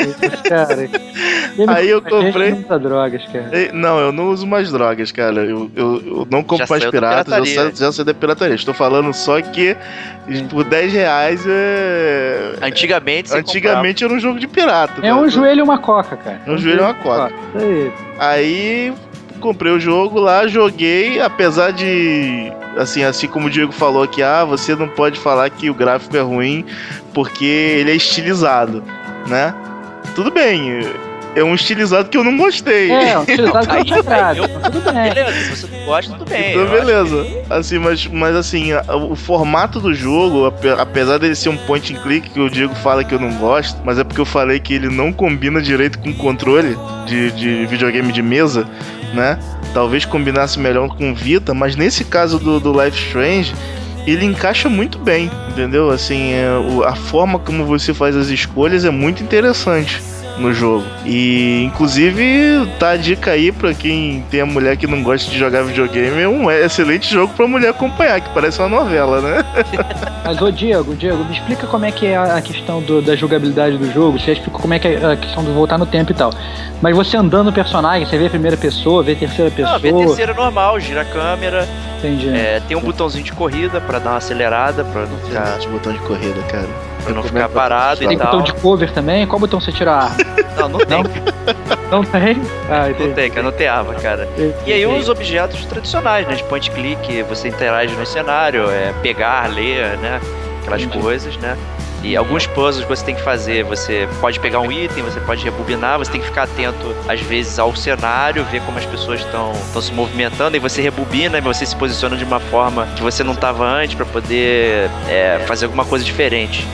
Aí eu comprei. Não usa drogas, cara. Não, eu não uso mais drogas, cara. Eu não compro mais piratas, já saí da pirataria. Estou falando só que por R$10 Antigamente era um jogo de pirata. É um joelho e uma coca, cara. Um joelho e uma coca. Aí comprei o jogo lá, joguei, apesar de, assim como o Diego falou que você não pode falar que o gráfico é ruim porque ele é estilizado, né? Tudo bem, é um estilizado que eu não gostei. Um estilizado que eu não agrado. Tudo bem. Beleza, se você não gosta, tudo bem. Então beleza. Assim, mas assim, o formato do jogo, apesar dele ser um point and click, que o Diego fala que eu não gosto, mas é porque eu falei que ele não combina direito com o controle de videogame de mesa, né? Talvez combinasse melhor com o Vita, mas nesse caso do Life Strange, ele encaixa muito bem, entendeu? Assim, a forma como você faz as escolhas é muito interessante no jogo. E inclusive tá a dica aí pra quem tem a mulher que não gosta de jogar videogame, é um excelente jogo pra mulher acompanhar, que parece uma novela, né? Mas Diego, me explica como é que é a questão da jogabilidade do jogo. Você explica como é que é a questão do voltar no tempo e tal. Mas você andando no personagem, você vê a primeira pessoa, vê a terceira pessoa. Vê a terceira normal, gira a câmera. Entendi. Tem um botãozinho de corrida pra dar uma acelerada, pra não ficar... botão de corrida, cara. Pra não ficar parado e tal. Tem botão de cover também? Qual botão você tira a arma? Não tem. Não tem? Não tem, cara, não tem arma, cara. E aí os objetos tradicionais, né? De point click, você interage no cenário, pegar, ler, né? Aquelas coisas, né? E alguns puzzles que você tem que fazer, você pode pegar um item, você pode rebobinar, você tem que ficar atento, às vezes, ao cenário, ver como as pessoas estão se movimentando, e você rebobina, e você se posiciona de uma forma que você não estava antes para poder fazer alguma coisa diferente.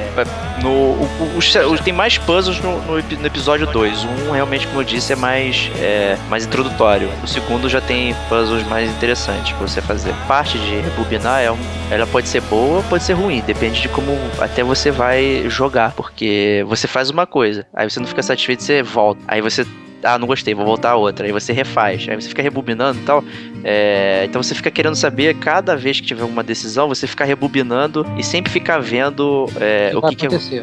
Tem mais puzzles no episódio 2. Um, realmente, como eu disse, é mais introdutório. O segundo já tem puzzles mais interessantes pra você fazer. A parte de rebobinar, ela pode ser boa ou pode ser ruim, depende de como até você vai jogar, porque você faz uma coisa, aí você não fica satisfeito, você volta, aí você não gostei, vou voltar a outra. Aí você refaz, aí você fica rebobinando e tal. Então você fica querendo saber, cada vez que tiver uma decisão, você fica rebobinando e sempre ficar vendo o que acontecer.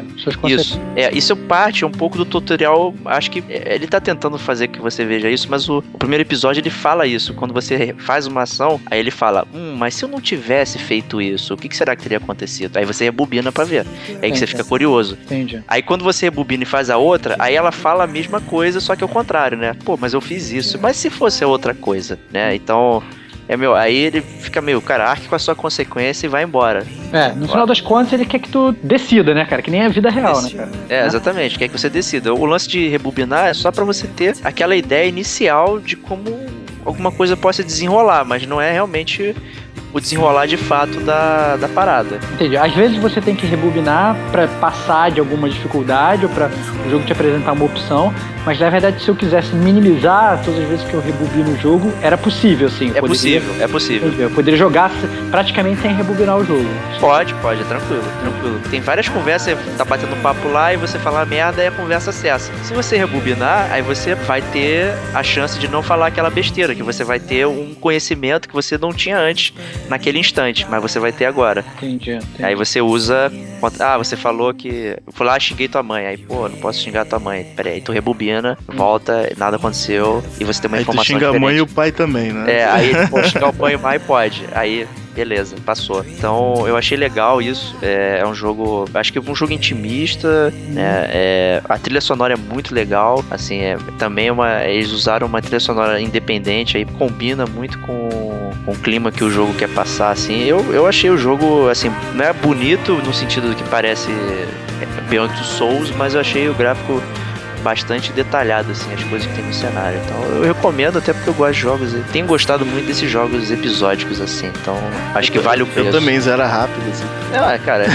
Isso parte um pouco do tutorial. Acho que ele tá tentando fazer que você veja isso, mas o primeiro episódio ele fala isso. Quando você faz uma ação, aí ele fala, mas se eu não tivesse feito isso, o que será que teria acontecido? Aí você rebobina pra ver. Aí que você fica curioso. Entendi. Aí quando você rebobina e faz a outra, aí ela fala a mesma coisa, só que ao contrário, né? Pô, mas eu fiz isso. Mas se fosse a outra coisa, né? Então, aí ele fica meio, cara, arque com a sua consequência e vai embora. No final das contas, ele quer que tu decida, né, cara? Que nem a vida real, né, cara? Exatamente, quer que você decida. O lance de rebobinar é só pra você ter aquela ideia inicial de como alguma coisa possa desenrolar, mas não é realmente o desenrolar de fato da parada. Entendi. Às vezes você tem que rebobinar pra passar de alguma dificuldade ou pra o jogo te apresentar uma opção, mas na verdade se eu quisesse minimizar todas as vezes que eu rebobino o jogo, era possível, sim. É possível. Eu poderia jogar praticamente sem rebobinar o jogo. Pode, é tranquilo. Tem várias conversas, tá batendo papo lá e você fala merda e a conversa cessa. Se você rebobinar, aí você vai ter a chance de não falar aquela besteira, que você vai ter um conhecimento que você não tinha antes naquele instante, mas você vai ter agora. Entendi. Aí você usa... você falou que... Eu fui lá, xinguei tua mãe. Aí, não posso xingar tua mãe. Peraí, tu rebobina, volta, nada aconteceu, e você tem uma informação diferente. Aí tu xinga a mãe e o pai também, né? Aí, xingar o pai e o pai pode. Aí... Beleza, passou. Então eu achei legal isso. É um jogo, acho que é um jogo intimista, né? A trilha sonora é muito legal. Assim, também eles usaram uma trilha sonora independente, aí combina muito com o clima que o jogo quer passar. Assim, eu achei o jogo, assim, não é bonito no sentido que parece Beyond Two Souls, mas eu achei o gráfico bastante detalhado, assim, as coisas que tem no cenário. Então eu recomendo, até porque eu gosto de jogos. Eu tenho gostado muito desses jogos episódicos, assim. Então acho que vale o preço. Eu também, zera rápido, assim. Cara.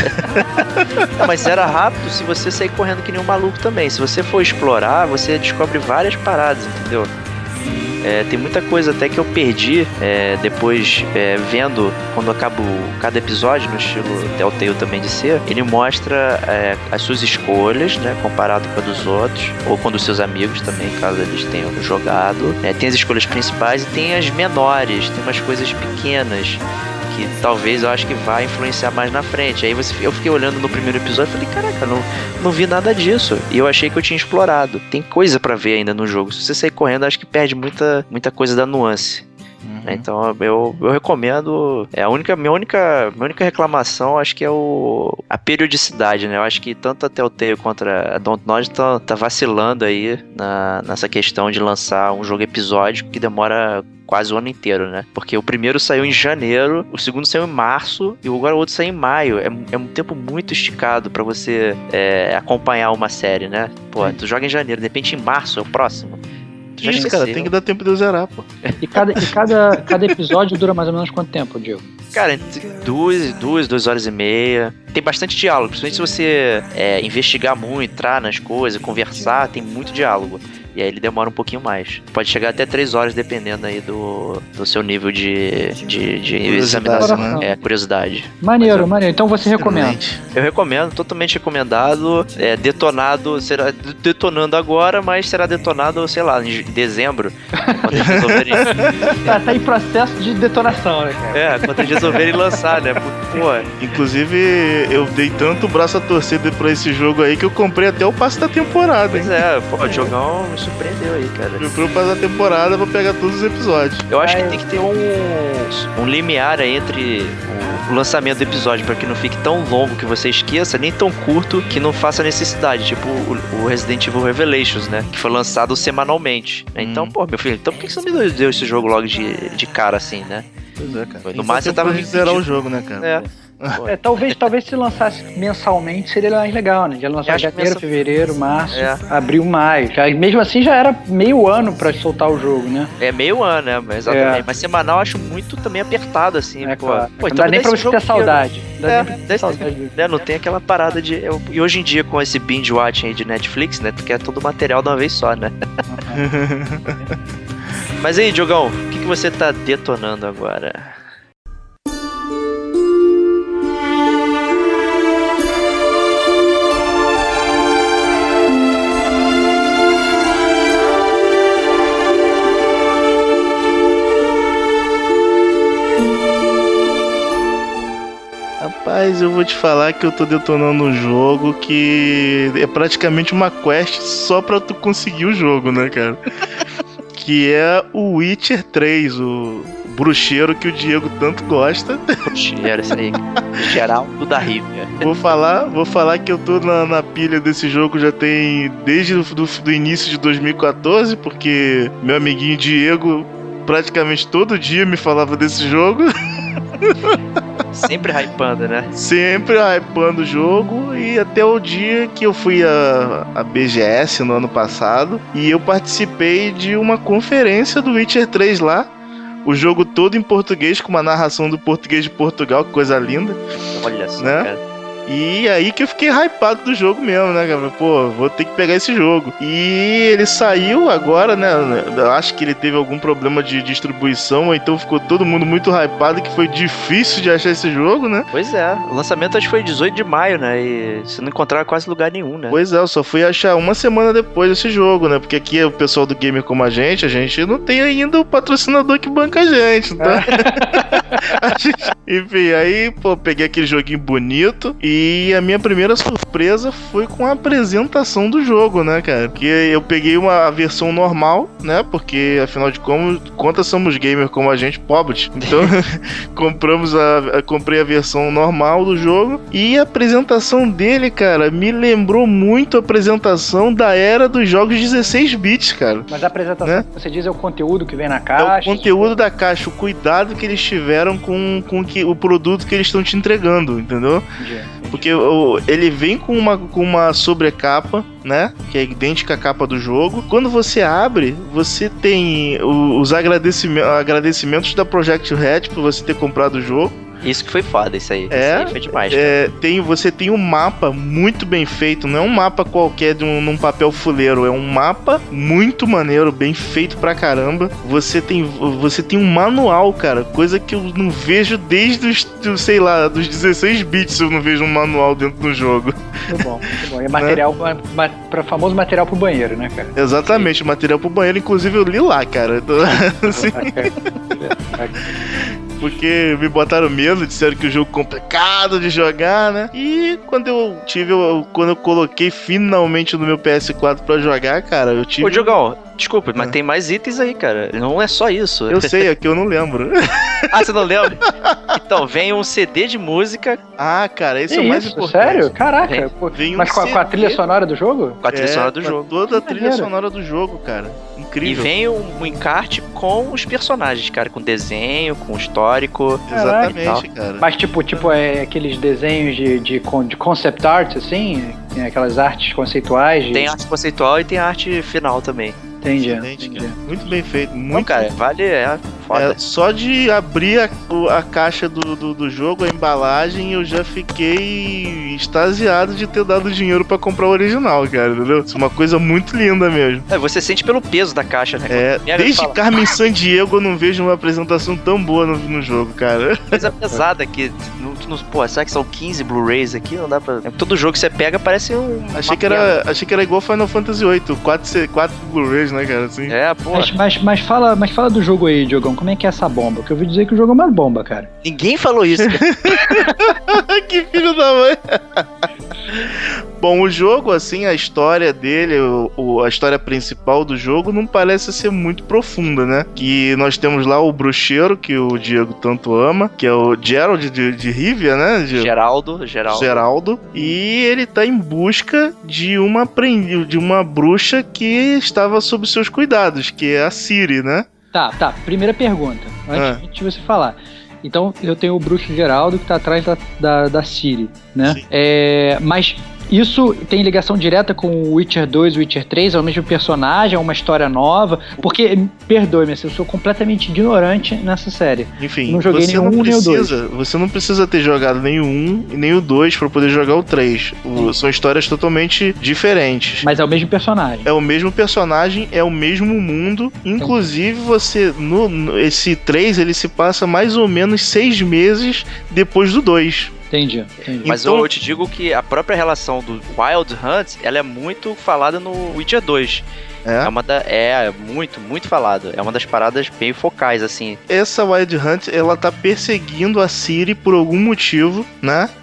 Mas zera rápido se você sair correndo que nem um maluco também. Se você for explorar, você descobre várias paradas, entendeu? Tem muita coisa até que eu perdi depois vendo quando acabo cada episódio, no estilo Telltale também de ser. Ele mostra as suas escolhas, né, comparado com a dos outros, ou com dos seus amigos também, caso eles tenham jogado. Tem as escolhas principais e tem as menores, tem umas coisas pequenas que talvez eu acho que vai influenciar mais na frente. Aí eu fiquei olhando no primeiro episódio e falei, caraca, não vi nada disso. E eu achei que eu tinha explorado. Tem coisa pra ver ainda no jogo. Se você sair correndo, acho que perde muita coisa da nuance. Então eu recomendo. Minha única reclamação, acho que é a periodicidade, né? Eu acho que tanto a Telltale quanto a Dontnod tá vacilando aí nessa questão de lançar um jogo episódico que demora quase o ano inteiro, né? Porque o primeiro saiu em janeiro, o segundo saiu em março e agora o outro saiu em maio. É um tempo muito esticado pra você acompanhar uma série, né? Tu joga em janeiro, de repente em março é o próximo. Isso, cara, tem que dar tempo de eu zerar, pô. E cada episódio dura mais ou menos quanto tempo, Diego? Cara, entre 2 horas e meia. Tem bastante diálogo, principalmente se você investigar muito, entrar nas coisas, conversar, tem muito diálogo. E aí ele demora um pouquinho mais. Pode chegar até 3 horas, dependendo aí do seu nível de examinação. Né? Curiosidade. Maneiro. Então você recomenda? Eu recomendo, totalmente recomendado. Será detonando agora, mas será detonado, sei lá, em dezembro. Quando eles resolverem... tá em processo de detonação, né, cara? Quando eles resolverem lançar, né? Inclusive, eu dei tanto o braço a torcer pra esse jogo aí que eu comprei até o passe da temporada. Pois o jogão me surpreendeu aí, cara. Eu comprei o passe da temporada pra pegar todos os episódios. Eu acho que tem que ter um limiar aí entre o lançamento do episódio, pra que não fique tão longo que você esqueça, nem tão curto que não faça necessidade, tipo o Resident Evil Revelations, né, que foi lançado semanalmente. Então, meu filho, então por que você não me deu esse jogo logo de cara assim, né? Pois é, cara. No máximo você tava me zerar o jogo, né, cara? Talvez se lançasse mensalmente seria mais legal, né? Já lançar janeiro, fevereiro, março, abril, maio. Mesmo assim já era meio ano pra soltar o jogo, né? Meio ano, né? Exatamente. Mas semanal eu acho muito também apertado, assim. Claro. Não dá nem pra você ter saudade. Não tem aquela parada de... E hoje em dia, com esse binge watching aí de Netflix, né? Tu quer todo o material de uma vez só, né? Mas aí, Diogão, o que você tá detonando agora? Rapaz, eu vou te falar que eu tô detonando um jogo que é praticamente uma quest só pra tu conseguir o jogo, né, cara? Que é o Witcher 3, o bruxeiro que o Diego tanto gosta. Bruxeiro, isso aí. Geraldo da Rivia. Vou falar que eu tô na pilha desse jogo já tem desde do início de 2014, porque meu amiguinho Diego praticamente todo dia me falava desse jogo. Sempre hypando, né? Sempre hypando o jogo, e até o dia que eu fui a BGS no ano passado e eu participei de uma conferência do Witcher 3 lá. O jogo todo em português, com uma narração do português de Portugal, que coisa linda. Olha só, né? cara. E aí que eu fiquei hypado do jogo mesmo, né, cara? Pô, vou ter que pegar esse jogo. E ele saiu agora, né? Eu acho que ele teve algum problema de distribuição, então ficou todo mundo muito hypado, que foi difícil de achar esse jogo, né? Pois é, o lançamento acho que foi 18 de maio, né? E você não encontrava quase lugar nenhum, né? Pois é, eu só fui achar uma semana depois desse jogo, né? Porque aqui é o pessoal do Gamer como a gente não tem ainda o patrocinador que banca a gente, tá? Enfim, aí, pô, peguei aquele joguinho bonito e a minha primeira surpresa foi com a apresentação do jogo, né, cara? Porque eu peguei uma versão normal, né? Porque, afinal de contas, somos gamer como a gente, pobres. Então, comprei a versão normal do jogo e a apresentação dele, cara, me lembrou muito a apresentação da era dos jogos 16 bits, cara. Mas a apresentação, né? que você diz, é o conteúdo que vem na caixa? É o conteúdo da caixa, o cuidado que eles tiveram com o produto que eles estão te entregando, entendeu? Entendi. Porque ele vem com uma sobrecapa, né? Que é idêntica à capa do jogo. Quando você abre, você tem os agradecimentos da Project Red por você ter comprado o jogo. Isso que foi foda, isso aí. Isso aí foi demais. Você tem um mapa muito bem feito, não é um mapa qualquer num papel fuleiro, é um mapa muito maneiro, bem feito pra caramba. Você tem um manual, cara, coisa que eu não vejo desde dos 16 bits, eu não vejo um manual dentro do jogo. Muito bom, muito bom. É material, famoso material pro banheiro, né, cara? Exatamente, material pro banheiro, inclusive eu li lá, cara. Então, assim, porque me botaram medo, disseram que o jogo é complicado de jogar, né? E quando eu coloquei finalmente no meu PS4 pra jogar, cara, eu tive... Ô, Diogão, desculpa, mas tem mais itens aí, cara. Não é só isso. Eu sei, é que eu não lembro. Ah, você não lembra? Então, vem um CD de música. Ah, cara, esse é o mais importante. Sério? Caraca. Mas com a trilha sonora do jogo? Com a trilha sonora do jogo. Toda a trilha sonora do jogo, cara. Incrível. E vem um encarte com os personagens, cara, com desenho, com histórico. Exatamente, cara. Mas tipo aqueles desenhos de concept art, assim? Aquelas artes conceituais? Tem arte conceitual e tem arte final também. Entendi. Muito bem feito. Muito não, cara, vale, foda. Só de abrir a caixa do jogo, a embalagem, eu já fiquei extasiado de ter dado dinheiro pra comprar o original, cara, entendeu? Isso é uma coisa muito linda mesmo. Você sente pelo peso da caixa, né? Desde Carmen Sandiego eu não vejo uma apresentação tão boa no jogo, cara. Coisa pesada que... Pô, será que são 15 Blu-rays aqui? Não dá pra... Todo jogo que você pega parece um... Achei que era igual Final Fantasy VIII, 4 Blu-rays, né, cara? Assim. Pô. Mas fala do jogo aí, Diogão. Como é que é essa bomba? Porque eu ouvi dizer que o jogo é uma bomba, cara. Ninguém falou isso. Que filho da mãe. Bom, o jogo, assim, a história dele, a história principal do jogo não parece ser muito profunda, né? Que nós temos lá o bruxeiro, que o Diego tanto ama, que é o Geralt de Rivia, né? Geraldo. E ele tá em busca de uma bruxa que estava sob seus cuidados, que é a Ciri, né? Tá. Primeira pergunta, antes de você falar. Então, eu tenho o bruxo Geraldo que tá atrás da Ciri, né? Sim. Mas isso tem ligação direta com o Witcher 2 e o Witcher 3? É o mesmo personagem? É uma história nova? Porque, perdoe-me, eu sou completamente ignorante nessa série. Enfim, não joguei nem o 1 nem o 2. Você não precisa ter jogado nem o 1 e nem o 2 pra poder jogar o 3. São histórias totalmente diferentes. Mas é o mesmo personagem. É o mesmo personagem, é o mesmo mundo. Inclusive, você... esse 3, ele se passa mais ou menos 6 meses depois do 2. Entendi. Mas eu te digo que a própria relação do Wild Hunt, ela é muito falada no Witcher 2. É muito falado. É uma das paradas bem focais, assim. Essa Wild Hunt, ela tá perseguindo a Ciri por algum motivo, né?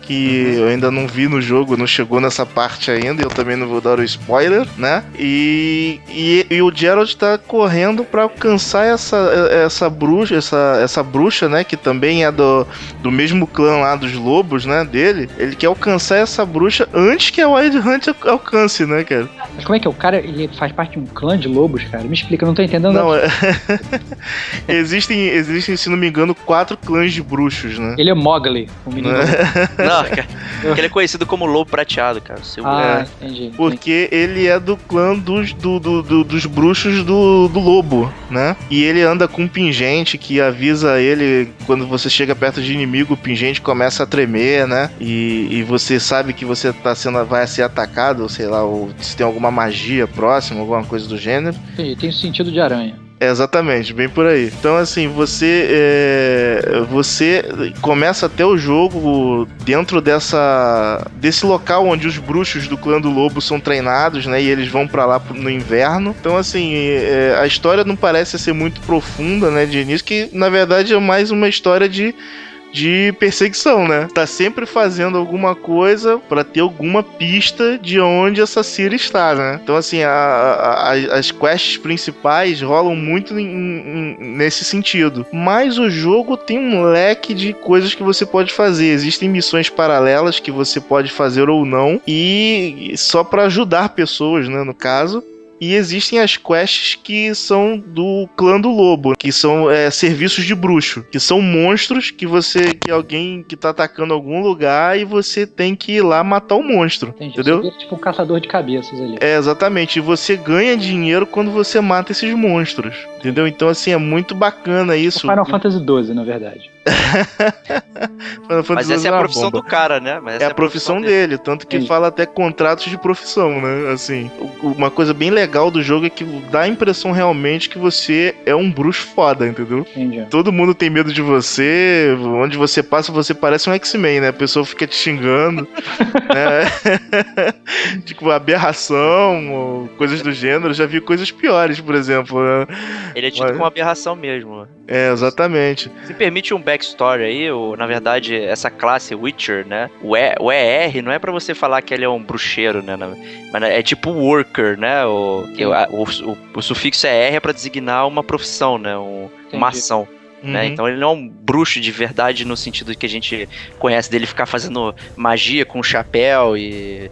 que eu ainda não vi no jogo, não chegou nessa parte ainda, eu também não vou dar o spoiler, né? E o Geralt tá correndo pra alcançar essa bruxa, né? Que também é do mesmo clã lá dos lobos, né? Dele. Ele quer alcançar essa bruxa antes que a Wild Hunt alcance, né, cara? Mas como é que é? O cara, ele faz parte de um clã de lobos, cara? Me explica, eu não tô entendendo Não, nada. Existem, se não me engano, 4 clãs de bruxos, né? Ele é Mowgli, o menino. Não, cara, ele é conhecido como Lobo Prateado, cara. Entendi. Porque ele é do clã dos bruxos do lobo, né? E ele anda com um pingente que avisa ele quando você chega perto de inimigo, o pingente começa a tremer, né? E você sabe que você vai ser atacado, ou sei lá, ou se tem alguma magia próxima, alguma coisa do gênero. Entendi, tem sentido de aranha. Exatamente, bem por aí. Então, assim, você começa até o jogo dentro desse local onde os bruxos do clã do lobo são treinados, né? E eles vão pra lá no inverno. Então, assim, a história não parece ser muito profunda, né? De início, que na verdade é mais uma história de perseguição, né? Tá sempre fazendo alguma coisa pra ter alguma pista de onde essa Ciri está, né? Então, assim, as quests principais rolam muito nesse sentido. Mas o jogo tem um leque de coisas que você pode fazer. Existem missões paralelas que você pode fazer ou não, e só pra ajudar pessoas, né? No caso. E existem as quests que são do clã do lobo, que são serviços de bruxo, que são monstros que alguém que tá atacando algum lugar e você tem que ir lá matar o monstro. Entendi. Entendeu? Você é tipo um caçador de cabeças ali. Exatamente. E você ganha dinheiro quando você mata esses monstros. Entendeu? Então, assim, é muito bacana isso. Final Fantasy XII, na verdade. Mas essa é a profissão do cara, né? É a profissão dele, tanto que fala até contratos de profissão, né? Assim, uma coisa bem legal do jogo é que dá a impressão realmente que você é um bruxo foda, entendeu? Entendi. Todo mundo tem medo de você, onde você passa você parece um X-Men, né? A pessoa fica te xingando, né? Tipo, aberração, ou coisas do gênero. Já vi coisas piores, por exemplo, né? Ele é tido como uma aberração mesmo. Exatamente. Se permite um backstory aí, ou na verdade essa classe Witcher, né? O ER não é pra você falar que ele é um bruxeiro, né? Mas é tipo worker, né? O sufixo ER é pra designar uma profissão, né? Uma ação. Né? Então ele não é um bruxo de verdade no sentido que a gente conhece dele ficar fazendo magia com chapéu e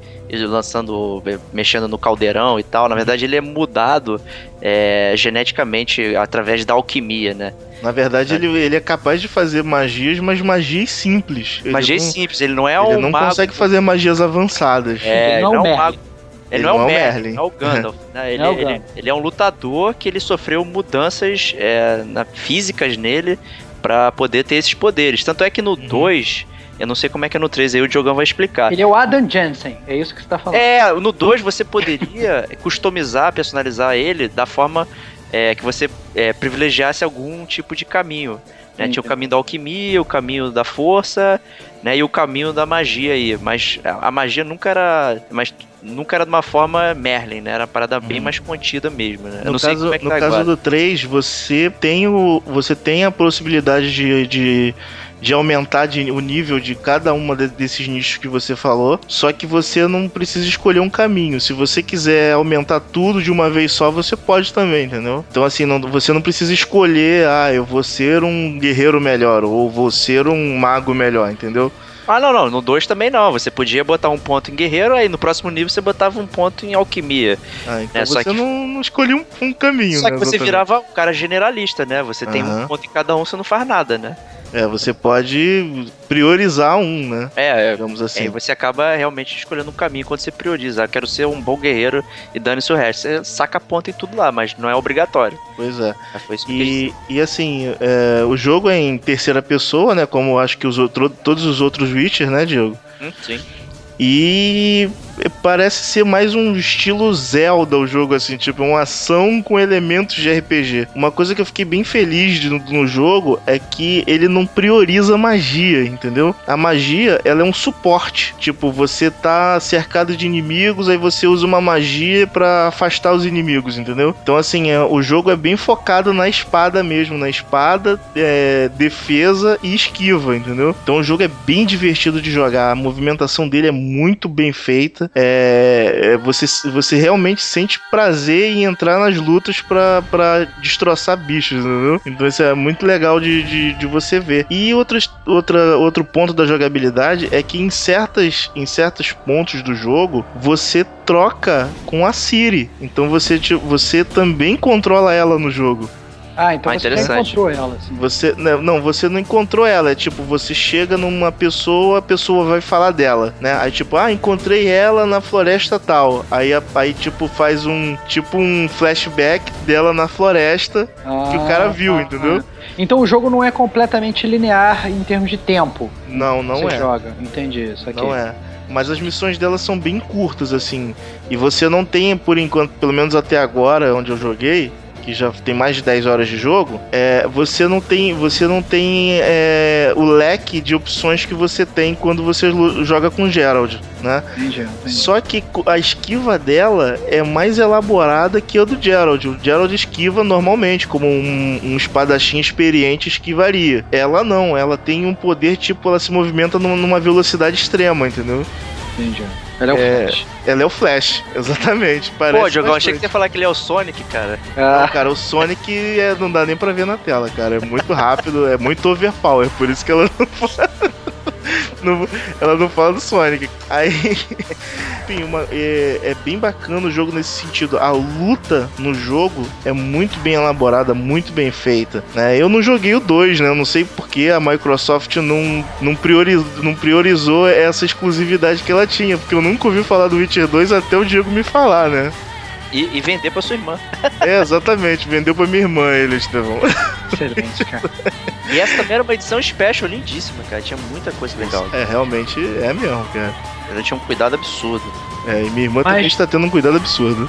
mexendo no caldeirão e tal. Na verdade ele é mudado geneticamente através da alquimia, né? Na verdade ele é capaz de fazer magias, mas magias simples. Ele não é um mago. Ele não consegue fazer magias avançadas. Ele não é um mago. Ele não é o Merlin, não é o Gandalf. Né? Ele é um lutador que ele sofreu mudanças físicas nele pra poder ter esses poderes. Tanto é que no 2, eu não sei como é que é no 3, aí o Diogão vai explicar. Ele é o Adam Jensen, é isso que você tá falando. No 2 você poderia customizar, personalizar ele da forma que você privilegiasse algum tipo de caminho. Né? Tinha o caminho da alquimia, o caminho da força, né? E o caminho da magia aí. Mas a magia nunca era de uma forma Merlin, né? Era uma parada bem mais contida mesmo, né? No caso do 3, você tem a possibilidade de aumentar o nível de cada uma desses nichos que você falou, só que você não precisa escolher um caminho. Se você quiser aumentar tudo de uma vez só, você pode também, entendeu? Então, assim, você não precisa escolher, eu vou ser um guerreiro melhor, ou vou ser um mago melhor, entendeu? Não. No 2 também não. Você podia botar um ponto em guerreiro, aí no próximo nível você botava um ponto em alquimia. Então você não escolhia um caminho, Só que você virava um cara generalista, né? Você tem um ponto em cada um, você não faz nada, né? Você pode priorizar um, né? Digamos assim. Você acaba realmente escolhendo um caminho quando você prioriza. Eu quero ser um bom guerreiro e dane-se o resto. Você saca a ponta em tudo lá, mas não é obrigatório. Pois é. Foi isso que e assim, o jogo é em terceira pessoa, né? Como acho que todos os outros Witcher, né, Diogo? Sim. E parece ser mais um estilo Zelda o jogo, assim, tipo, uma ação com elementos de RPG. Uma coisa que eu fiquei bem feliz no jogo é que ele não prioriza magia, entendeu? A magia, ela é um suporte. Tipo, você tá cercado de inimigos, aí você usa uma magia pra afastar os inimigos, entendeu? Então, assim, o jogo é bem focado na espada mesmo, na espada, defesa e esquiva, entendeu? Então o jogo é bem divertido de jogar, a movimentação dele é muito bem feita, você realmente sente prazer em entrar nas lutas pra destroçar bichos, entendeu? Então isso é muito legal de você ver. E outro ponto da jogabilidade é que em certos pontos do jogo, você troca com a Ciri, então você também controla ela no jogo. Ah, então você já encontrou ela. Assim. Você não encontrou ela. É tipo, você chega numa pessoa, a pessoa vai falar dela, né? Aí tipo, encontrei ela na floresta tal. Aí tipo, faz um flashback dela na floresta que o cara viu, entendeu? Então o jogo não é completamente linear em termos de tempo. Não você joga. Entendi isso aqui. Não é. Mas as missões dela são bem curtas, assim. E você não tem, por enquanto, pelo menos até agora, onde eu joguei, que já tem mais de 10 horas de jogo, você não tem o leque de opções que você tem quando você joga com Geralt, né? Entendi. Só que a esquiva dela é mais elaborada que a do Geralt. O Geralt esquiva normalmente, como um espadachim experiente esquivaria. Ela não, ela tem um poder, tipo, ela se movimenta numa velocidade extrema, entendeu? Entendi. Ela é o Flash. Ela é o Flash, exatamente. Pô, Diogão, achei que você ia falar que ele é o Sonic, cara. Não, cara, o Sonic não dá nem pra ver na tela, cara. É muito rápido, é muito overpower, por isso que ela ela não fala do Sonic. Aí, enfim, é bem bacana o jogo nesse sentido. A luta no jogo é muito bem elaborada, muito bem feita, né? Eu não joguei o 2, né? Eu não sei porque a Microsoft não priorizou essa exclusividade que ela tinha, porque eu nunca ouvi falar do Witcher 2 até o Diego me falar, né? E vender pra sua irmã. Exatamente, vendeu pra minha irmã ele, Estevão. Excelente, cara. E essa também era uma edição special lindíssima, cara. Tinha muita coisa legal. Realmente é mesmo, cara. Ela tinha um cuidado absurdo. E minha irmã também está tendo um cuidado absurdo.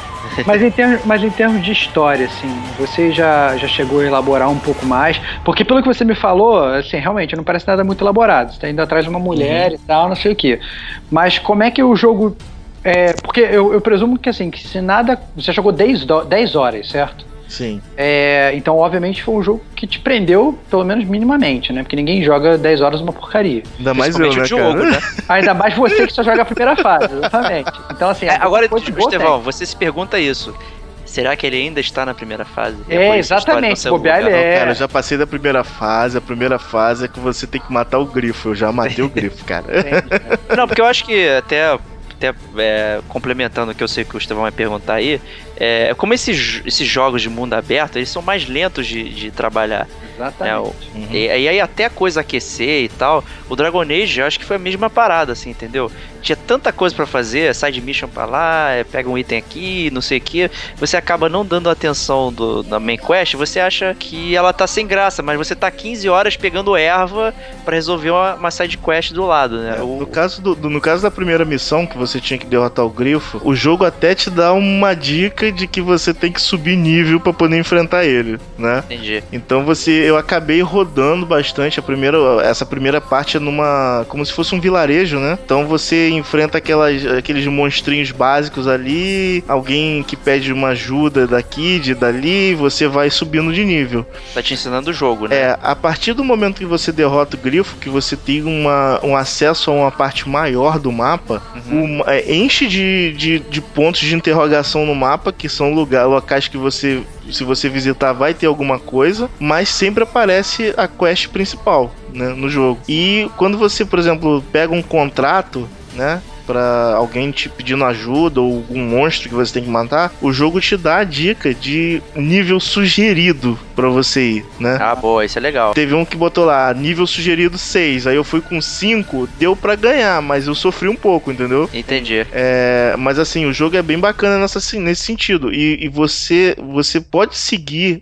Mas em termos de história, assim, você já chegou a elaborar um pouco mais? Porque pelo que você me falou, assim, realmente não parece nada muito elaborado. Você tá indo atrás de uma mulher e tal, não sei o quê. Mas como é que o jogo... porque eu presumo que, assim, que se nada... Você jogou 10 horas, certo? Sim. Então, obviamente, foi um jogo que te prendeu, pelo menos minimamente, né? Porque ninguém joga 10 horas uma porcaria. Ainda mais eu, né, jogo, né? Ainda mais você que só joga a primeira fase, exatamente. Então, assim... Agora, Estevão, você se pergunta isso. Será que ele ainda está na primeira fase? Exatamente. Bobear ele Cara, eu já passei da primeira fase. A primeira fase é que você tem que matar o grifo. Eu já matei o grifo, cara. Não, porque eu acho que até complementando o que eu sei que o Estevão vai perguntar aí, como esses jogos de mundo aberto, eles são mais lentos de trabalhar. Exatamente. E aí até a coisa aquecer e tal, o Dragon Age eu acho que foi a mesma parada, assim, entendeu? Tinha tanta coisa pra fazer, side mission pra lá, pega um item aqui, não sei o que, você acaba não dando atenção na main quest, você acha que ela tá sem graça, mas você tá 15 horas pegando erva pra resolver uma side quest do lado, né? No caso da primeira missão, que você tinha que derrotar o grifo, o jogo até te dá uma dica de que você tem que subir nível pra poder enfrentar ele, né? Entendi. Então eu acabei rodando bastante essa primeira parte como se fosse um vilarejo, né? Então você enfrenta aqueles monstrinhos básicos ali, alguém que pede uma ajuda daqui, dali, você vai subindo de nível. Tá te ensinando o jogo, né? A partir do momento que você derrota o grifo, que você tem um acesso a uma parte maior do mapa, enche de pontos de interrogação no mapa, que são locais que você, se você visitar, vai ter alguma coisa, mas sempre aparece a quest principal, né, no jogo. E quando você, por exemplo, pega um contrato, né, pra alguém te pedindo ajuda ou algum monstro que você tem que matar, o jogo te dá a dica de nível sugerido pra você ir, né? Ah, boa, isso é legal. Teve um que botou lá, nível sugerido 6, aí eu fui com 5, deu pra ganhar, mas eu sofri um pouco, entendeu? Entendi. Mas assim, o jogo é bem bacana nesse sentido, e você pode seguir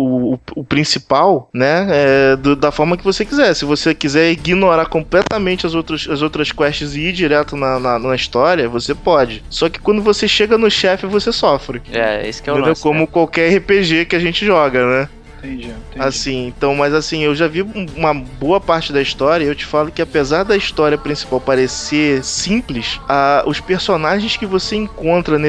o principal, né, da forma que você quiser. Se você quiser ignorar completamente as outras quests e ir direto na na história, você pode. Só que quando você chega no chefe, você sofre. Esse que é o Entendeu? lance, Como qualquer RPG que a gente joga, né? Entendi. Assim, então, mas assim, eu já vi uma boa parte da história e eu te falo que apesar da história principal parecer simples, os personagens que você encontra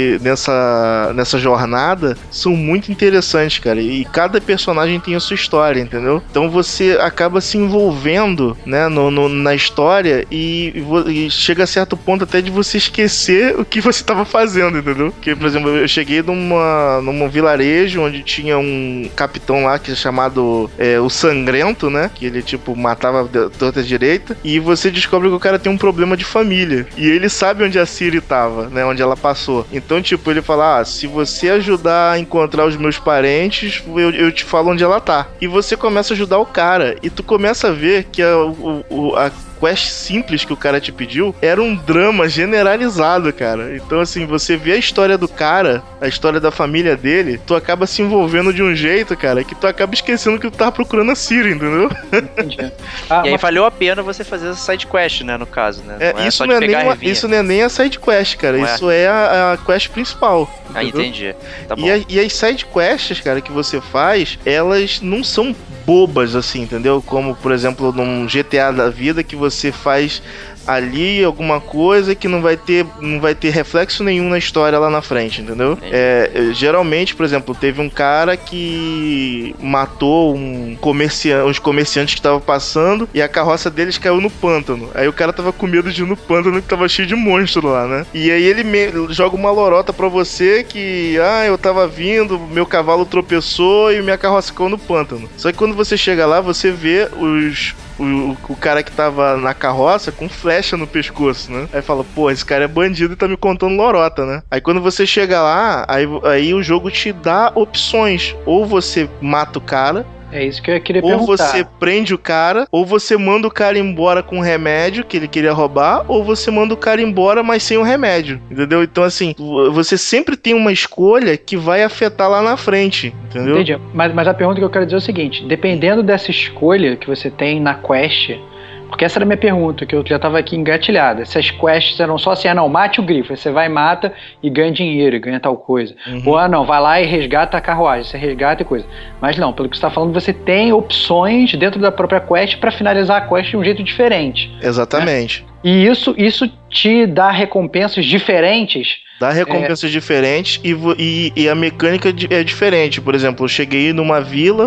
nessa jornada são muito interessantes, cara, e cada personagem tem a sua história, entendeu? Então você acaba se envolvendo, né, na história e chega a certo ponto até de você esquecer o que você estava fazendo, entendeu? Porque, por exemplo, eu cheguei num vilarejo onde tinha um capitão lá que é chamado o Sangrento, né? Que ele, tipo, matava torta à direita. E você descobre que o cara tem um problema de família. E ele sabe onde a Ciri tava, né? Onde ela passou. Então, tipo, ele fala, se você ajudar a encontrar os meus parentes, eu te falo onde ela tá. E você começa a ajudar o cara. E tu começa a ver que a quest simples que o cara te pediu era um drama generalizado, cara. Então, assim, você vê a história do cara, a história da família dele, tu acaba se envolvendo de um jeito, cara, que tu acaba esquecendo que tu tava procurando a Ciri, entendeu? Entendi. E aí valeu a pena você fazer essa side quest, né, no caso, né? Isso não é nem a side quest, cara. Isso é a quest principal. Entendi. Tá bom. E as side quests, cara, que você faz, elas não são bobas, assim, entendeu? Como, por exemplo, num GTA da vida que você faz ali alguma coisa que não vai ter reflexo nenhum na história lá na frente, entendeu? Geralmente, por exemplo, teve um cara que matou os comerciantes que estavam passando e a carroça deles caiu no pântano. Aí o cara tava com medo de ir no pântano que tava cheio de monstro lá, né? E aí ele joga uma lorota pra você que, eu tava vindo, meu cavalo tropeçou e minha carroça caiu no pântano. Só que quando você chega lá, você vê o cara que tava na carroça com flecha no pescoço, né? Aí fala, pô, esse cara é bandido e tá me contando lorota, né? Aí quando você chega lá, aí o jogo te dá opções. Ou você mata o cara, É isso que eu queria perguntar. Ou você prende o cara, ou você manda o cara embora com o remédio que ele queria roubar, ou você manda o cara embora, mas sem o remédio, entendeu? Então, assim, você sempre tem uma escolha que vai afetar lá na frente, entendeu? Entendi. Mas a pergunta que eu quero dizer é o seguinte: dependendo dessa escolha que você tem na quest, porque essa era a minha pergunta, que eu já estava aqui engatilhada. Se as quests eram só assim, não, mate o grifo, aí você vai e mata e ganha dinheiro, e ganha tal coisa. Ou, não, vai lá e resgata a carruagem, você resgata e coisa. Mas não, pelo que você está falando, você tem opções dentro da própria quest para finalizar a quest de um jeito diferente. Exatamente. Né? E isso te dá recompensas diferentes. Dá recompensas diferentes e a mecânica é diferente. Por exemplo, eu cheguei numa vila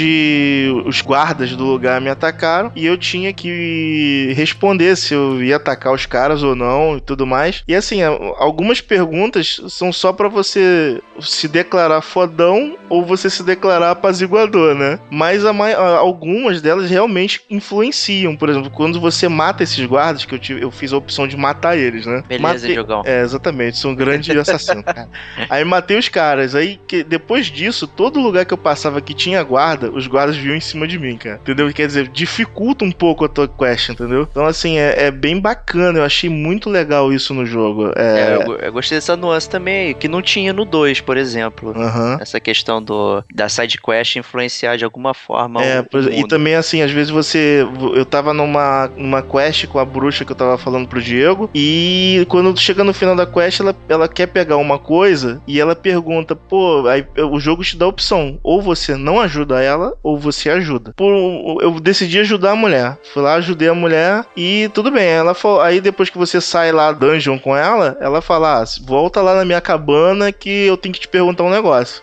onde os guardas do lugar me atacaram e eu tinha que responder se eu ia atacar os caras ou não e tudo mais. E assim, algumas perguntas são só pra você se declarar fodão ou você se declarar apaziguador, né? Mas algumas delas realmente influenciam. Por exemplo, quando você mata esses guardas, que eu fiz a opção de matar eles, né? Beleza, jogão. Exatamente, sou um grande assassino, cara. Aí matei os caras, aí depois disso, todo lugar que eu passava que tinha guarda, os guardas vinham em cima de mim, cara, entendeu? Quer dizer, dificulta um pouco a tua quest, entendeu? Então, assim, é bem bacana, eu achei muito legal isso no jogo. Eu gostei dessa nuance também, que não tinha no 2, por exemplo. Essa questão da side quest influenciar de alguma forma o mundo. E também, assim, às vezes eu tava numa quest com a bruxa que eu tava falando pro Diego, e quando chega no final da quest, ela quer pegar uma coisa e ela pergunta, aí o jogo te dá a opção, ou você não ajuda ela, ou você ajuda. Eu decidi ajudar a mulher. Fui lá, ajudei a mulher e tudo bem. Ela falou, aí depois que você sai lá dungeon com ela fala, volta lá na minha cabana que eu tenho que te perguntar um negócio.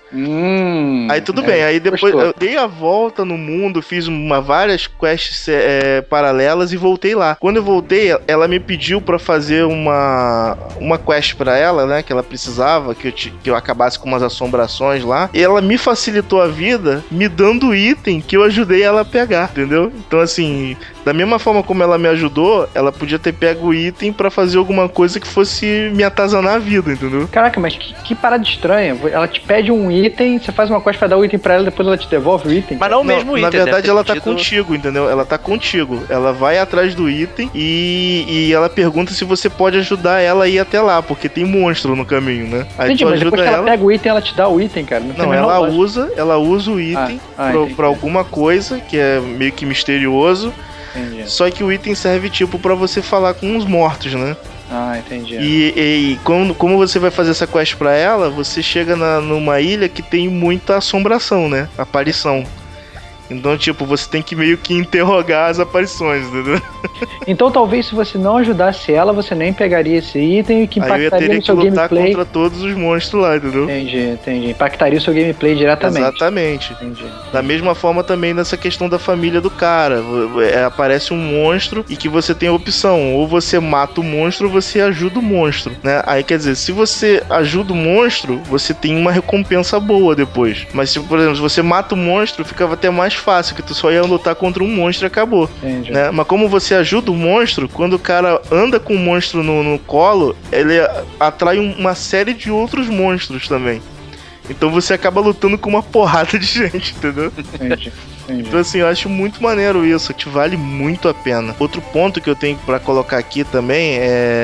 Aí tudo bem. Aí depois eu dei a volta no mundo, fiz várias quests paralelas e voltei lá. Quando eu voltei, ela me pediu pra fazer uma quest pra ela, né, que ela precisava, que eu acabasse com umas assombrações lá, e ela me facilitou a vida me dando item que eu ajudei ela a pegar, entendeu? Então, assim, da mesma forma como ela me ajudou, ela podia ter pego o item pra fazer alguma coisa que fosse me atazanar a vida, entendeu? Caraca, mas que parada estranha. Ela te pede um item, você faz uma quest pra dar o item pra ela, depois ela te devolve o item. Mas não o mesmo item. Na verdade, ela tá contigo, entendeu? Ela tá contigo. Ela vai atrás do item e ela pergunta se você pode ajudar ela a ir até lá, porque tem monstro no caminho, né? Aí entendi, mas depois que ela pega o item, ela te dá o item, cara. Não, ela usa o item pra alguma coisa que é meio que misterioso. Entendi. Só que o item serve tipo pra você falar com os mortos, né? Ah, entendi. E como você vai fazer essa quest pra ela, você chega numa ilha que tem muita assombração, né? Aparição. Então, tipo, você tem que meio que interrogar as aparições, entendeu? Então, talvez se você não ajudasse ela, você nem pegaria esse item e que impactaria no seu gameplay. Aí eu ia teria que lutar contra todos os monstros lá, entendeu? Entendi. Impactaria o seu gameplay diretamente. Exatamente. Entendi. Da mesma forma também nessa questão da família do cara. Aparece um monstro e que você tem a opção. Ou você mata o monstro ou você ajuda o monstro, né? Aí, quer dizer, se você ajuda o monstro, você tem uma recompensa boa depois. Mas, se, por exemplo, se você mata o monstro, ficava até mais fácil, que tu só ia lutar contra um monstro e acabou. Entendi. Né? Mas como você ajuda o monstro, quando o cara anda com o monstro no colo, ele atrai uma série de outros monstros também. Então você acaba lutando com uma porrada de gente, entendeu? Entendi. Então assim, eu acho muito maneiro isso, que vale muito a pena. Outro ponto que eu tenho pra colocar aqui também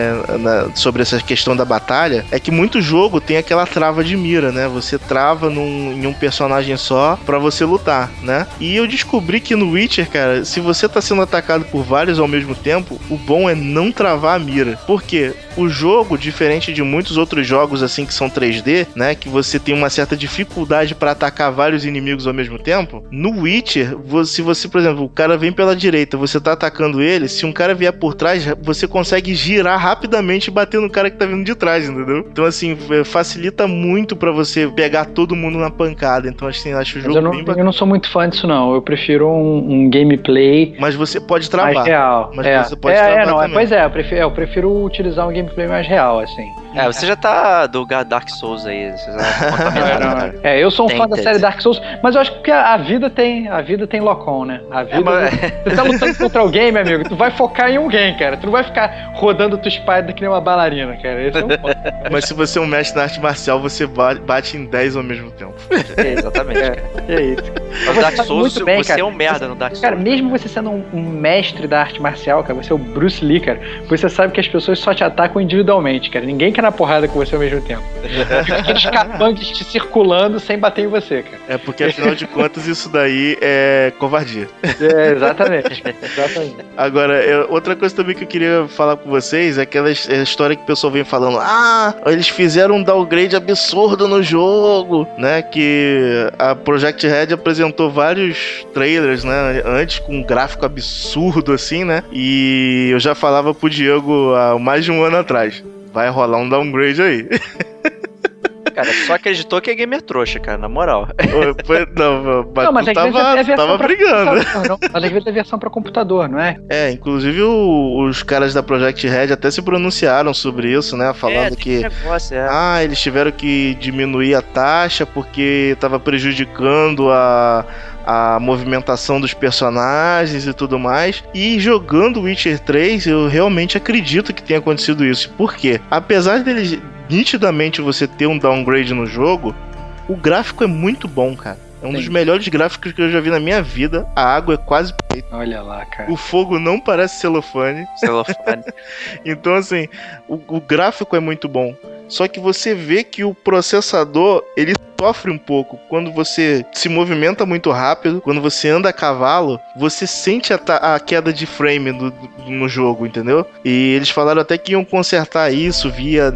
sobre essa questão da batalha, é que muito jogo tem aquela trava de mira, né? Você trava em um personagem só pra você lutar, né? E eu descobri que no Witcher, cara, se você tá sendo atacado por vários ao mesmo tempo, o bom é não travar a mira. Por quê? O jogo, diferente de muitos outros jogos assim que são 3D, né? Que você tem uma certa dificuldade pra atacar vários inimigos ao mesmo tempo, no Witcher, se você, por exemplo, o cara vem pela direita, você tá atacando ele, se um cara vier por trás, você consegue girar rapidamente e bater no cara que tá vindo de trás, entendeu? Então, assim, facilita muito pra você pegar todo mundo na pancada. Então, assim, acho o jogo bem bacana. Eu não sou muito fã disso, não. Eu prefiro um gameplay... Mas você pode travar. Mais real. Mas você pode travar também. Pois é, eu prefiro utilizar um gameplay mais real, assim. Você já tá do Dark Souls aí. Você já tá eu sou um fã da série Dark Souls, mas eu acho que a vida tem locom, né? A vida... Você tá lutando contra alguém, meu amigo, tu vai focar em alguém, cara. Tu não vai ficar rodando tua espada que nem uma bailarina, cara. Esse é um ponto. Mas se você é um mestre na arte marcial, você bate em 10 ao mesmo tempo. Exatamente, cara. É isso. No Dark Souls, você é um merda no Dark Souls. Cara, mesmo você sendo um mestre da arte marcial, cara, você é o Bruce Lee, cara, você sabe que as pessoas só te atacam individualmente, cara. Ninguém quer na porrada com você ao mesmo tempo. Fica aqueles capangues te circulando sem bater em você, cara. É porque, afinal de contas, isso daí é covardia. Exatamente. Agora, outra coisa também que eu queria falar com vocês é aquela história que o pessoal vem falando: eles fizeram um downgrade absurdo no jogo, né? Que a Project Red apresentou vários trailers, né? Antes, com um gráfico absurdo, assim, né? E eu já falava pro Diego há mais de um ano atrás: vai rolar um downgrade aí. Cara, só acreditou que é gamer trouxa, cara, na moral. Não, mas tu tava brigando. Mas devia ter versão pra computador, não é? Inclusive os caras da Project Red até se pronunciaram sobre isso, né? Falando que eles tiveram que diminuir a taxa porque tava prejudicando a movimentação dos personagens e tudo mais. E jogando Witcher 3, eu realmente acredito que tenha acontecido isso. Por quê? Apesar deles nitidamente você ter um downgrade no jogo, o gráfico é muito bom, cara. É um dos melhores gráficos que eu já vi na minha vida. A água é quase perfeita. Olha lá, cara. O fogo não parece celofane. Então, assim, o gráfico é muito bom. Só que você vê que o processador, ele sofre um pouco. Quando você se movimenta muito rápido, quando você anda a cavalo, você sente a queda de frame no jogo, entendeu? E eles falaram até que iam consertar isso via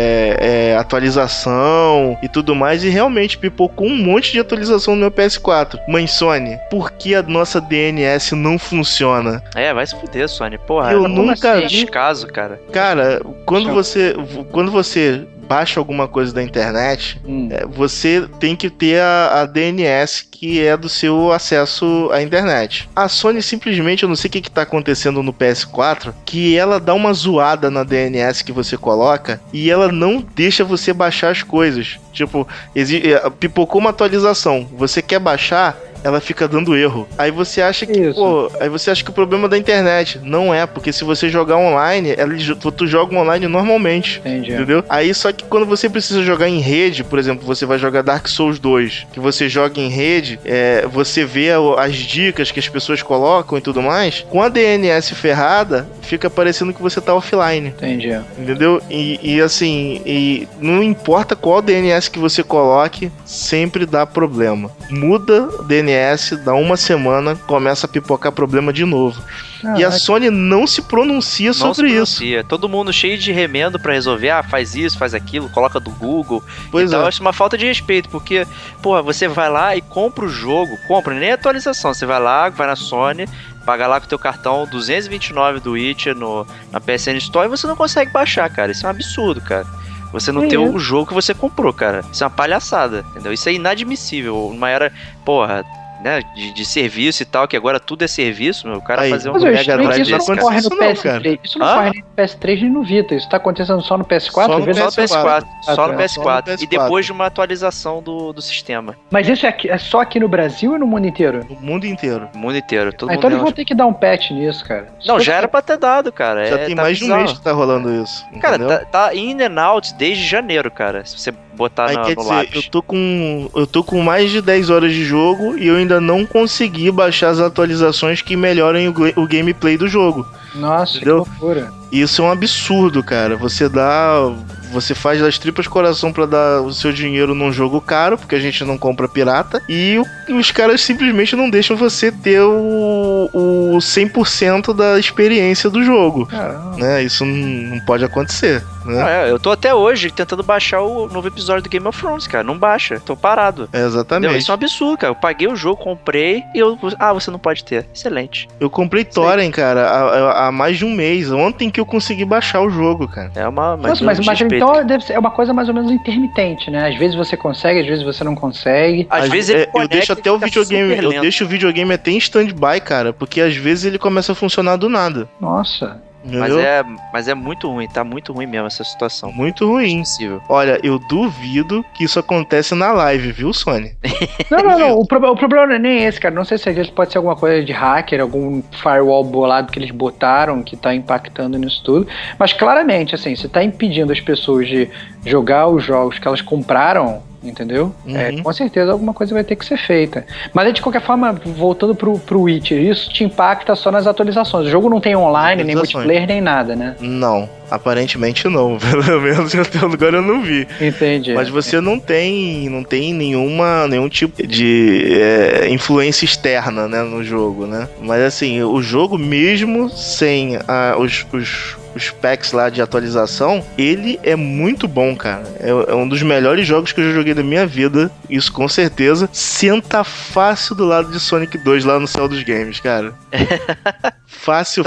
atualização e tudo mais, e realmente pipocou um monte de atualização no meu PS4. Mãe Sony, por que a nossa DNS não funciona? Vai se fuder, Sony. Porra, eu nunca vi caso, cara. Cara, quando você baixa alguma coisa da internet, você tem que ter a DNS, que é do seu acesso à internet. A Sony simplesmente, eu não sei o que tá acontecendo no PS4, que ela dá uma zoada na DNS que você coloca e ela não deixa você baixar as coisas. Tipo, pipocou uma atualização, você quer baixar, ela fica dando erro. Aí você acha que, o problema é da internet. Não é, porque se você jogar online, tu joga online normalmente. Entendi. Entendeu? Aí só que quando você precisa jogar em rede, por exemplo, você vai jogar Dark Souls 2, que você joga em rede, você vê as dicas que as pessoas colocam e tudo mais, com a DNS ferrada, fica parecendo que você tá offline. Entendi. Entendeu? E assim, não importa qual DNS que você coloque, sempre dá problema. Muda DNS DNS, dá uma semana, começa a pipocar problema de novo. E a Sony não se pronuncia sobre isso. Todo mundo cheio de remendo pra resolver. Faz isso, faz aquilo, coloca do Google. Pois então, é. eu acho uma falta de respeito, porque, porra, você vai lá e compra o jogo, nem atualização. Você vai lá, vai na Sony, paga lá com o teu cartão 229 do Witcher na PSN Store e você não consegue baixar, cara. Isso é um absurdo, cara. Você não ter o jogo que você comprou, cara. Isso é uma palhaçada, entendeu? Isso é inadmissível. Numa era, porra, né, de serviço e tal, que agora tudo é serviço, meu. O cara fazer um Mega Drive desse, isso não corre no PS3. Isso não corre nem no PS3 nem no Vita. Isso tá acontecendo só no PS4? Só no PS4. Só no PS4. E depois de uma atualização do sistema. Mas isso é só aqui no Brasil ou no mundo inteiro? No mundo inteiro. No mundo inteiro. Todo mundo então eles vão ter que dar um patch nisso, cara. Não, já era pra ter dado, cara. Já tem mais de um mês que tá rolando isso. Cara, tá in and out desde janeiro, cara. Se você botar no lápis. Eu tô com mais de 10 horas de jogo e eu ainda não consegui baixar as atualizações que melhorem o gameplay do jogo. Nossa, entendeu? Que loucura. Isso é um absurdo, cara. Você faz das tripas coração pra dar o seu dinheiro num jogo caro, porque a gente não compra pirata, e os caras simplesmente não deixam você ter o 100% da experiência do jogo. Né? Isso não pode acontecer. Né? Eu tô até hoje tentando baixar o novo episódio do Game of Thrones, cara. Não baixa, tô parado. Exatamente. Entendeu? Isso é um absurdo, cara. Eu paguei o jogo, comprei e você não pode ter. Excelente. Eu comprei Torrent, cara, há mais de um mês. Ontem que eu consegui baixar o jogo, cara. Mas então é uma coisa mais ou menos intermitente, né? Às vezes você consegue, às vezes você não consegue. Às vezes ele eu deixo até o videogame, eu deixo o videogame até em stand-by, cara, porque às vezes ele começa a funcionar do nada. Nossa. Mas é muito ruim, tá muito ruim mesmo essa situação. Muito ruim. Olha, eu duvido que isso acontece na live, viu, Sony? Não. O problema não é nem esse, cara. Não sei se pode ser alguma coisa de hacker, algum firewall bolado que eles botaram que tá impactando nisso tudo. Mas claramente, assim, você tá impedindo as pessoas de jogar os jogos que elas compraram, entendeu? Com certeza alguma coisa vai ter que ser feita. Mas de qualquer forma, voltando pro Witcher, isso te impacta só nas atualizações. O jogo não tem online, nem multiplayer, nem nada, né? Não, aparentemente não. Pelo menos até agora eu não vi. Entendi. Mas você não tem nenhum tipo de influência externa, né, no jogo, né? Mas assim, o jogo mesmo sem os packs lá de atualização, ele é muito bom, cara. É um dos melhores jogos que eu já joguei da minha vida, isso com certeza. Senta fácil do lado de Sonic 2 lá no céu dos games, cara. Fácil.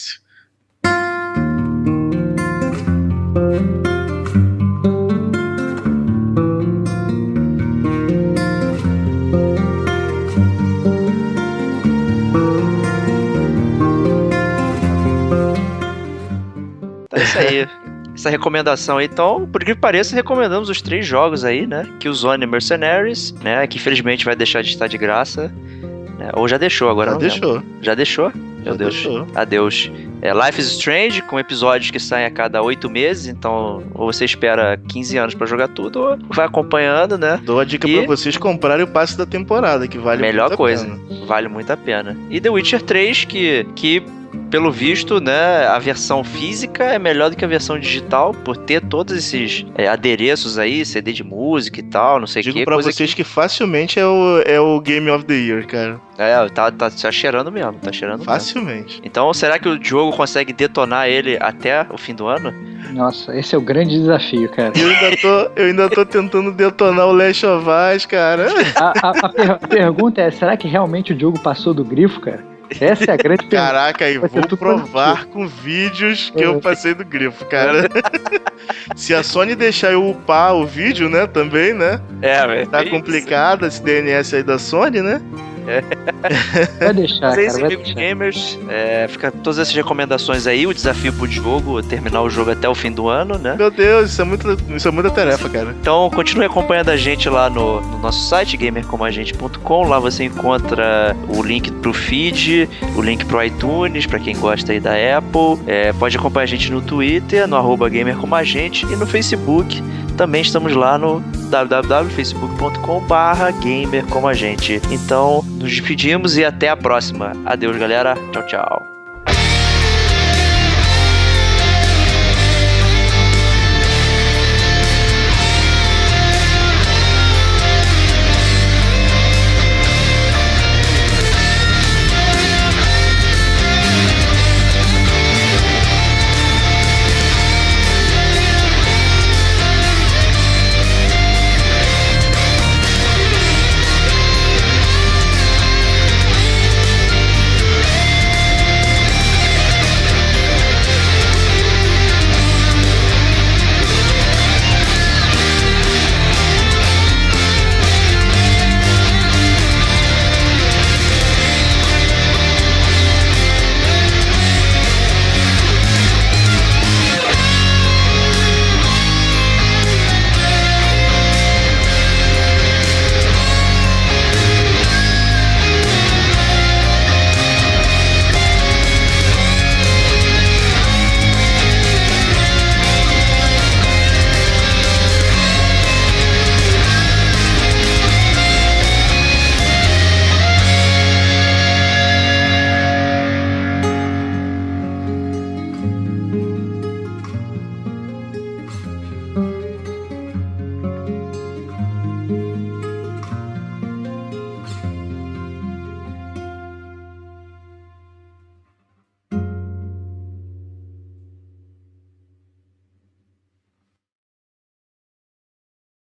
É isso aí. Essa recomendação aí, então, por que pareça, recomendamos os 3 jogos aí, né? Killzone Mercenaries, né? Que infelizmente vai deixar de estar de graça. Né? Ou já deixou agora, não deixou. Já deixou? Meu Deus. Deixou. Adeus. Life is Strange, com episódios que saem a cada 8 meses, então ou você espera 15 anos pra jogar tudo, ou vai acompanhando, né? Dou a dica pra vocês comprarem o passe da temporada, que vale melhor muito coisa. a pena. Vale muito a pena. E The Witcher 3, que pelo visto, né, a versão física é melhor do que a versão digital, por ter todos esses adereços aí, CD de música e tal, não sei o que. Digo pra vocês que facilmente é o Game of the Year, cara. Tá cheirando mesmo, tá cheirando facilmente. Mesmo. Então, será que o Diogo consegue detonar ele até o fim do ano? Nossa, esse é o grande desafio, cara. Eu ainda tô tentando detonar o Last of Us, cara. A pergunta é, será que realmente o Diogo passou do grifo, cara? Essa é a grande pergunta. Caraca, e vou provar com vídeos que eu passei do grifo, cara. Se a Sony deixar eu upar o vídeo, né, também, né? Tá complicado esse DNS aí da Sony, né? Vai deixar, mas cara. Amigos gamers, fica todas essas recomendações aí, o desafio pro Diogo terminar o jogo até o fim do ano, né? Meu Deus, isso é muita tarefa, cara. Então continue acompanhando a gente lá no nosso site, gamercomagente.com. Lá você encontra o link pro feed, o link pro iTunes, pra quem gosta aí da Apple. Pode acompanhar a gente no Twitter, no @gamercomagente, e no Facebook. Também estamos lá no www.facebook.com/gamercomagente. Então, nos despedimos e até a próxima. Adeus, galera. Tchau, tchau.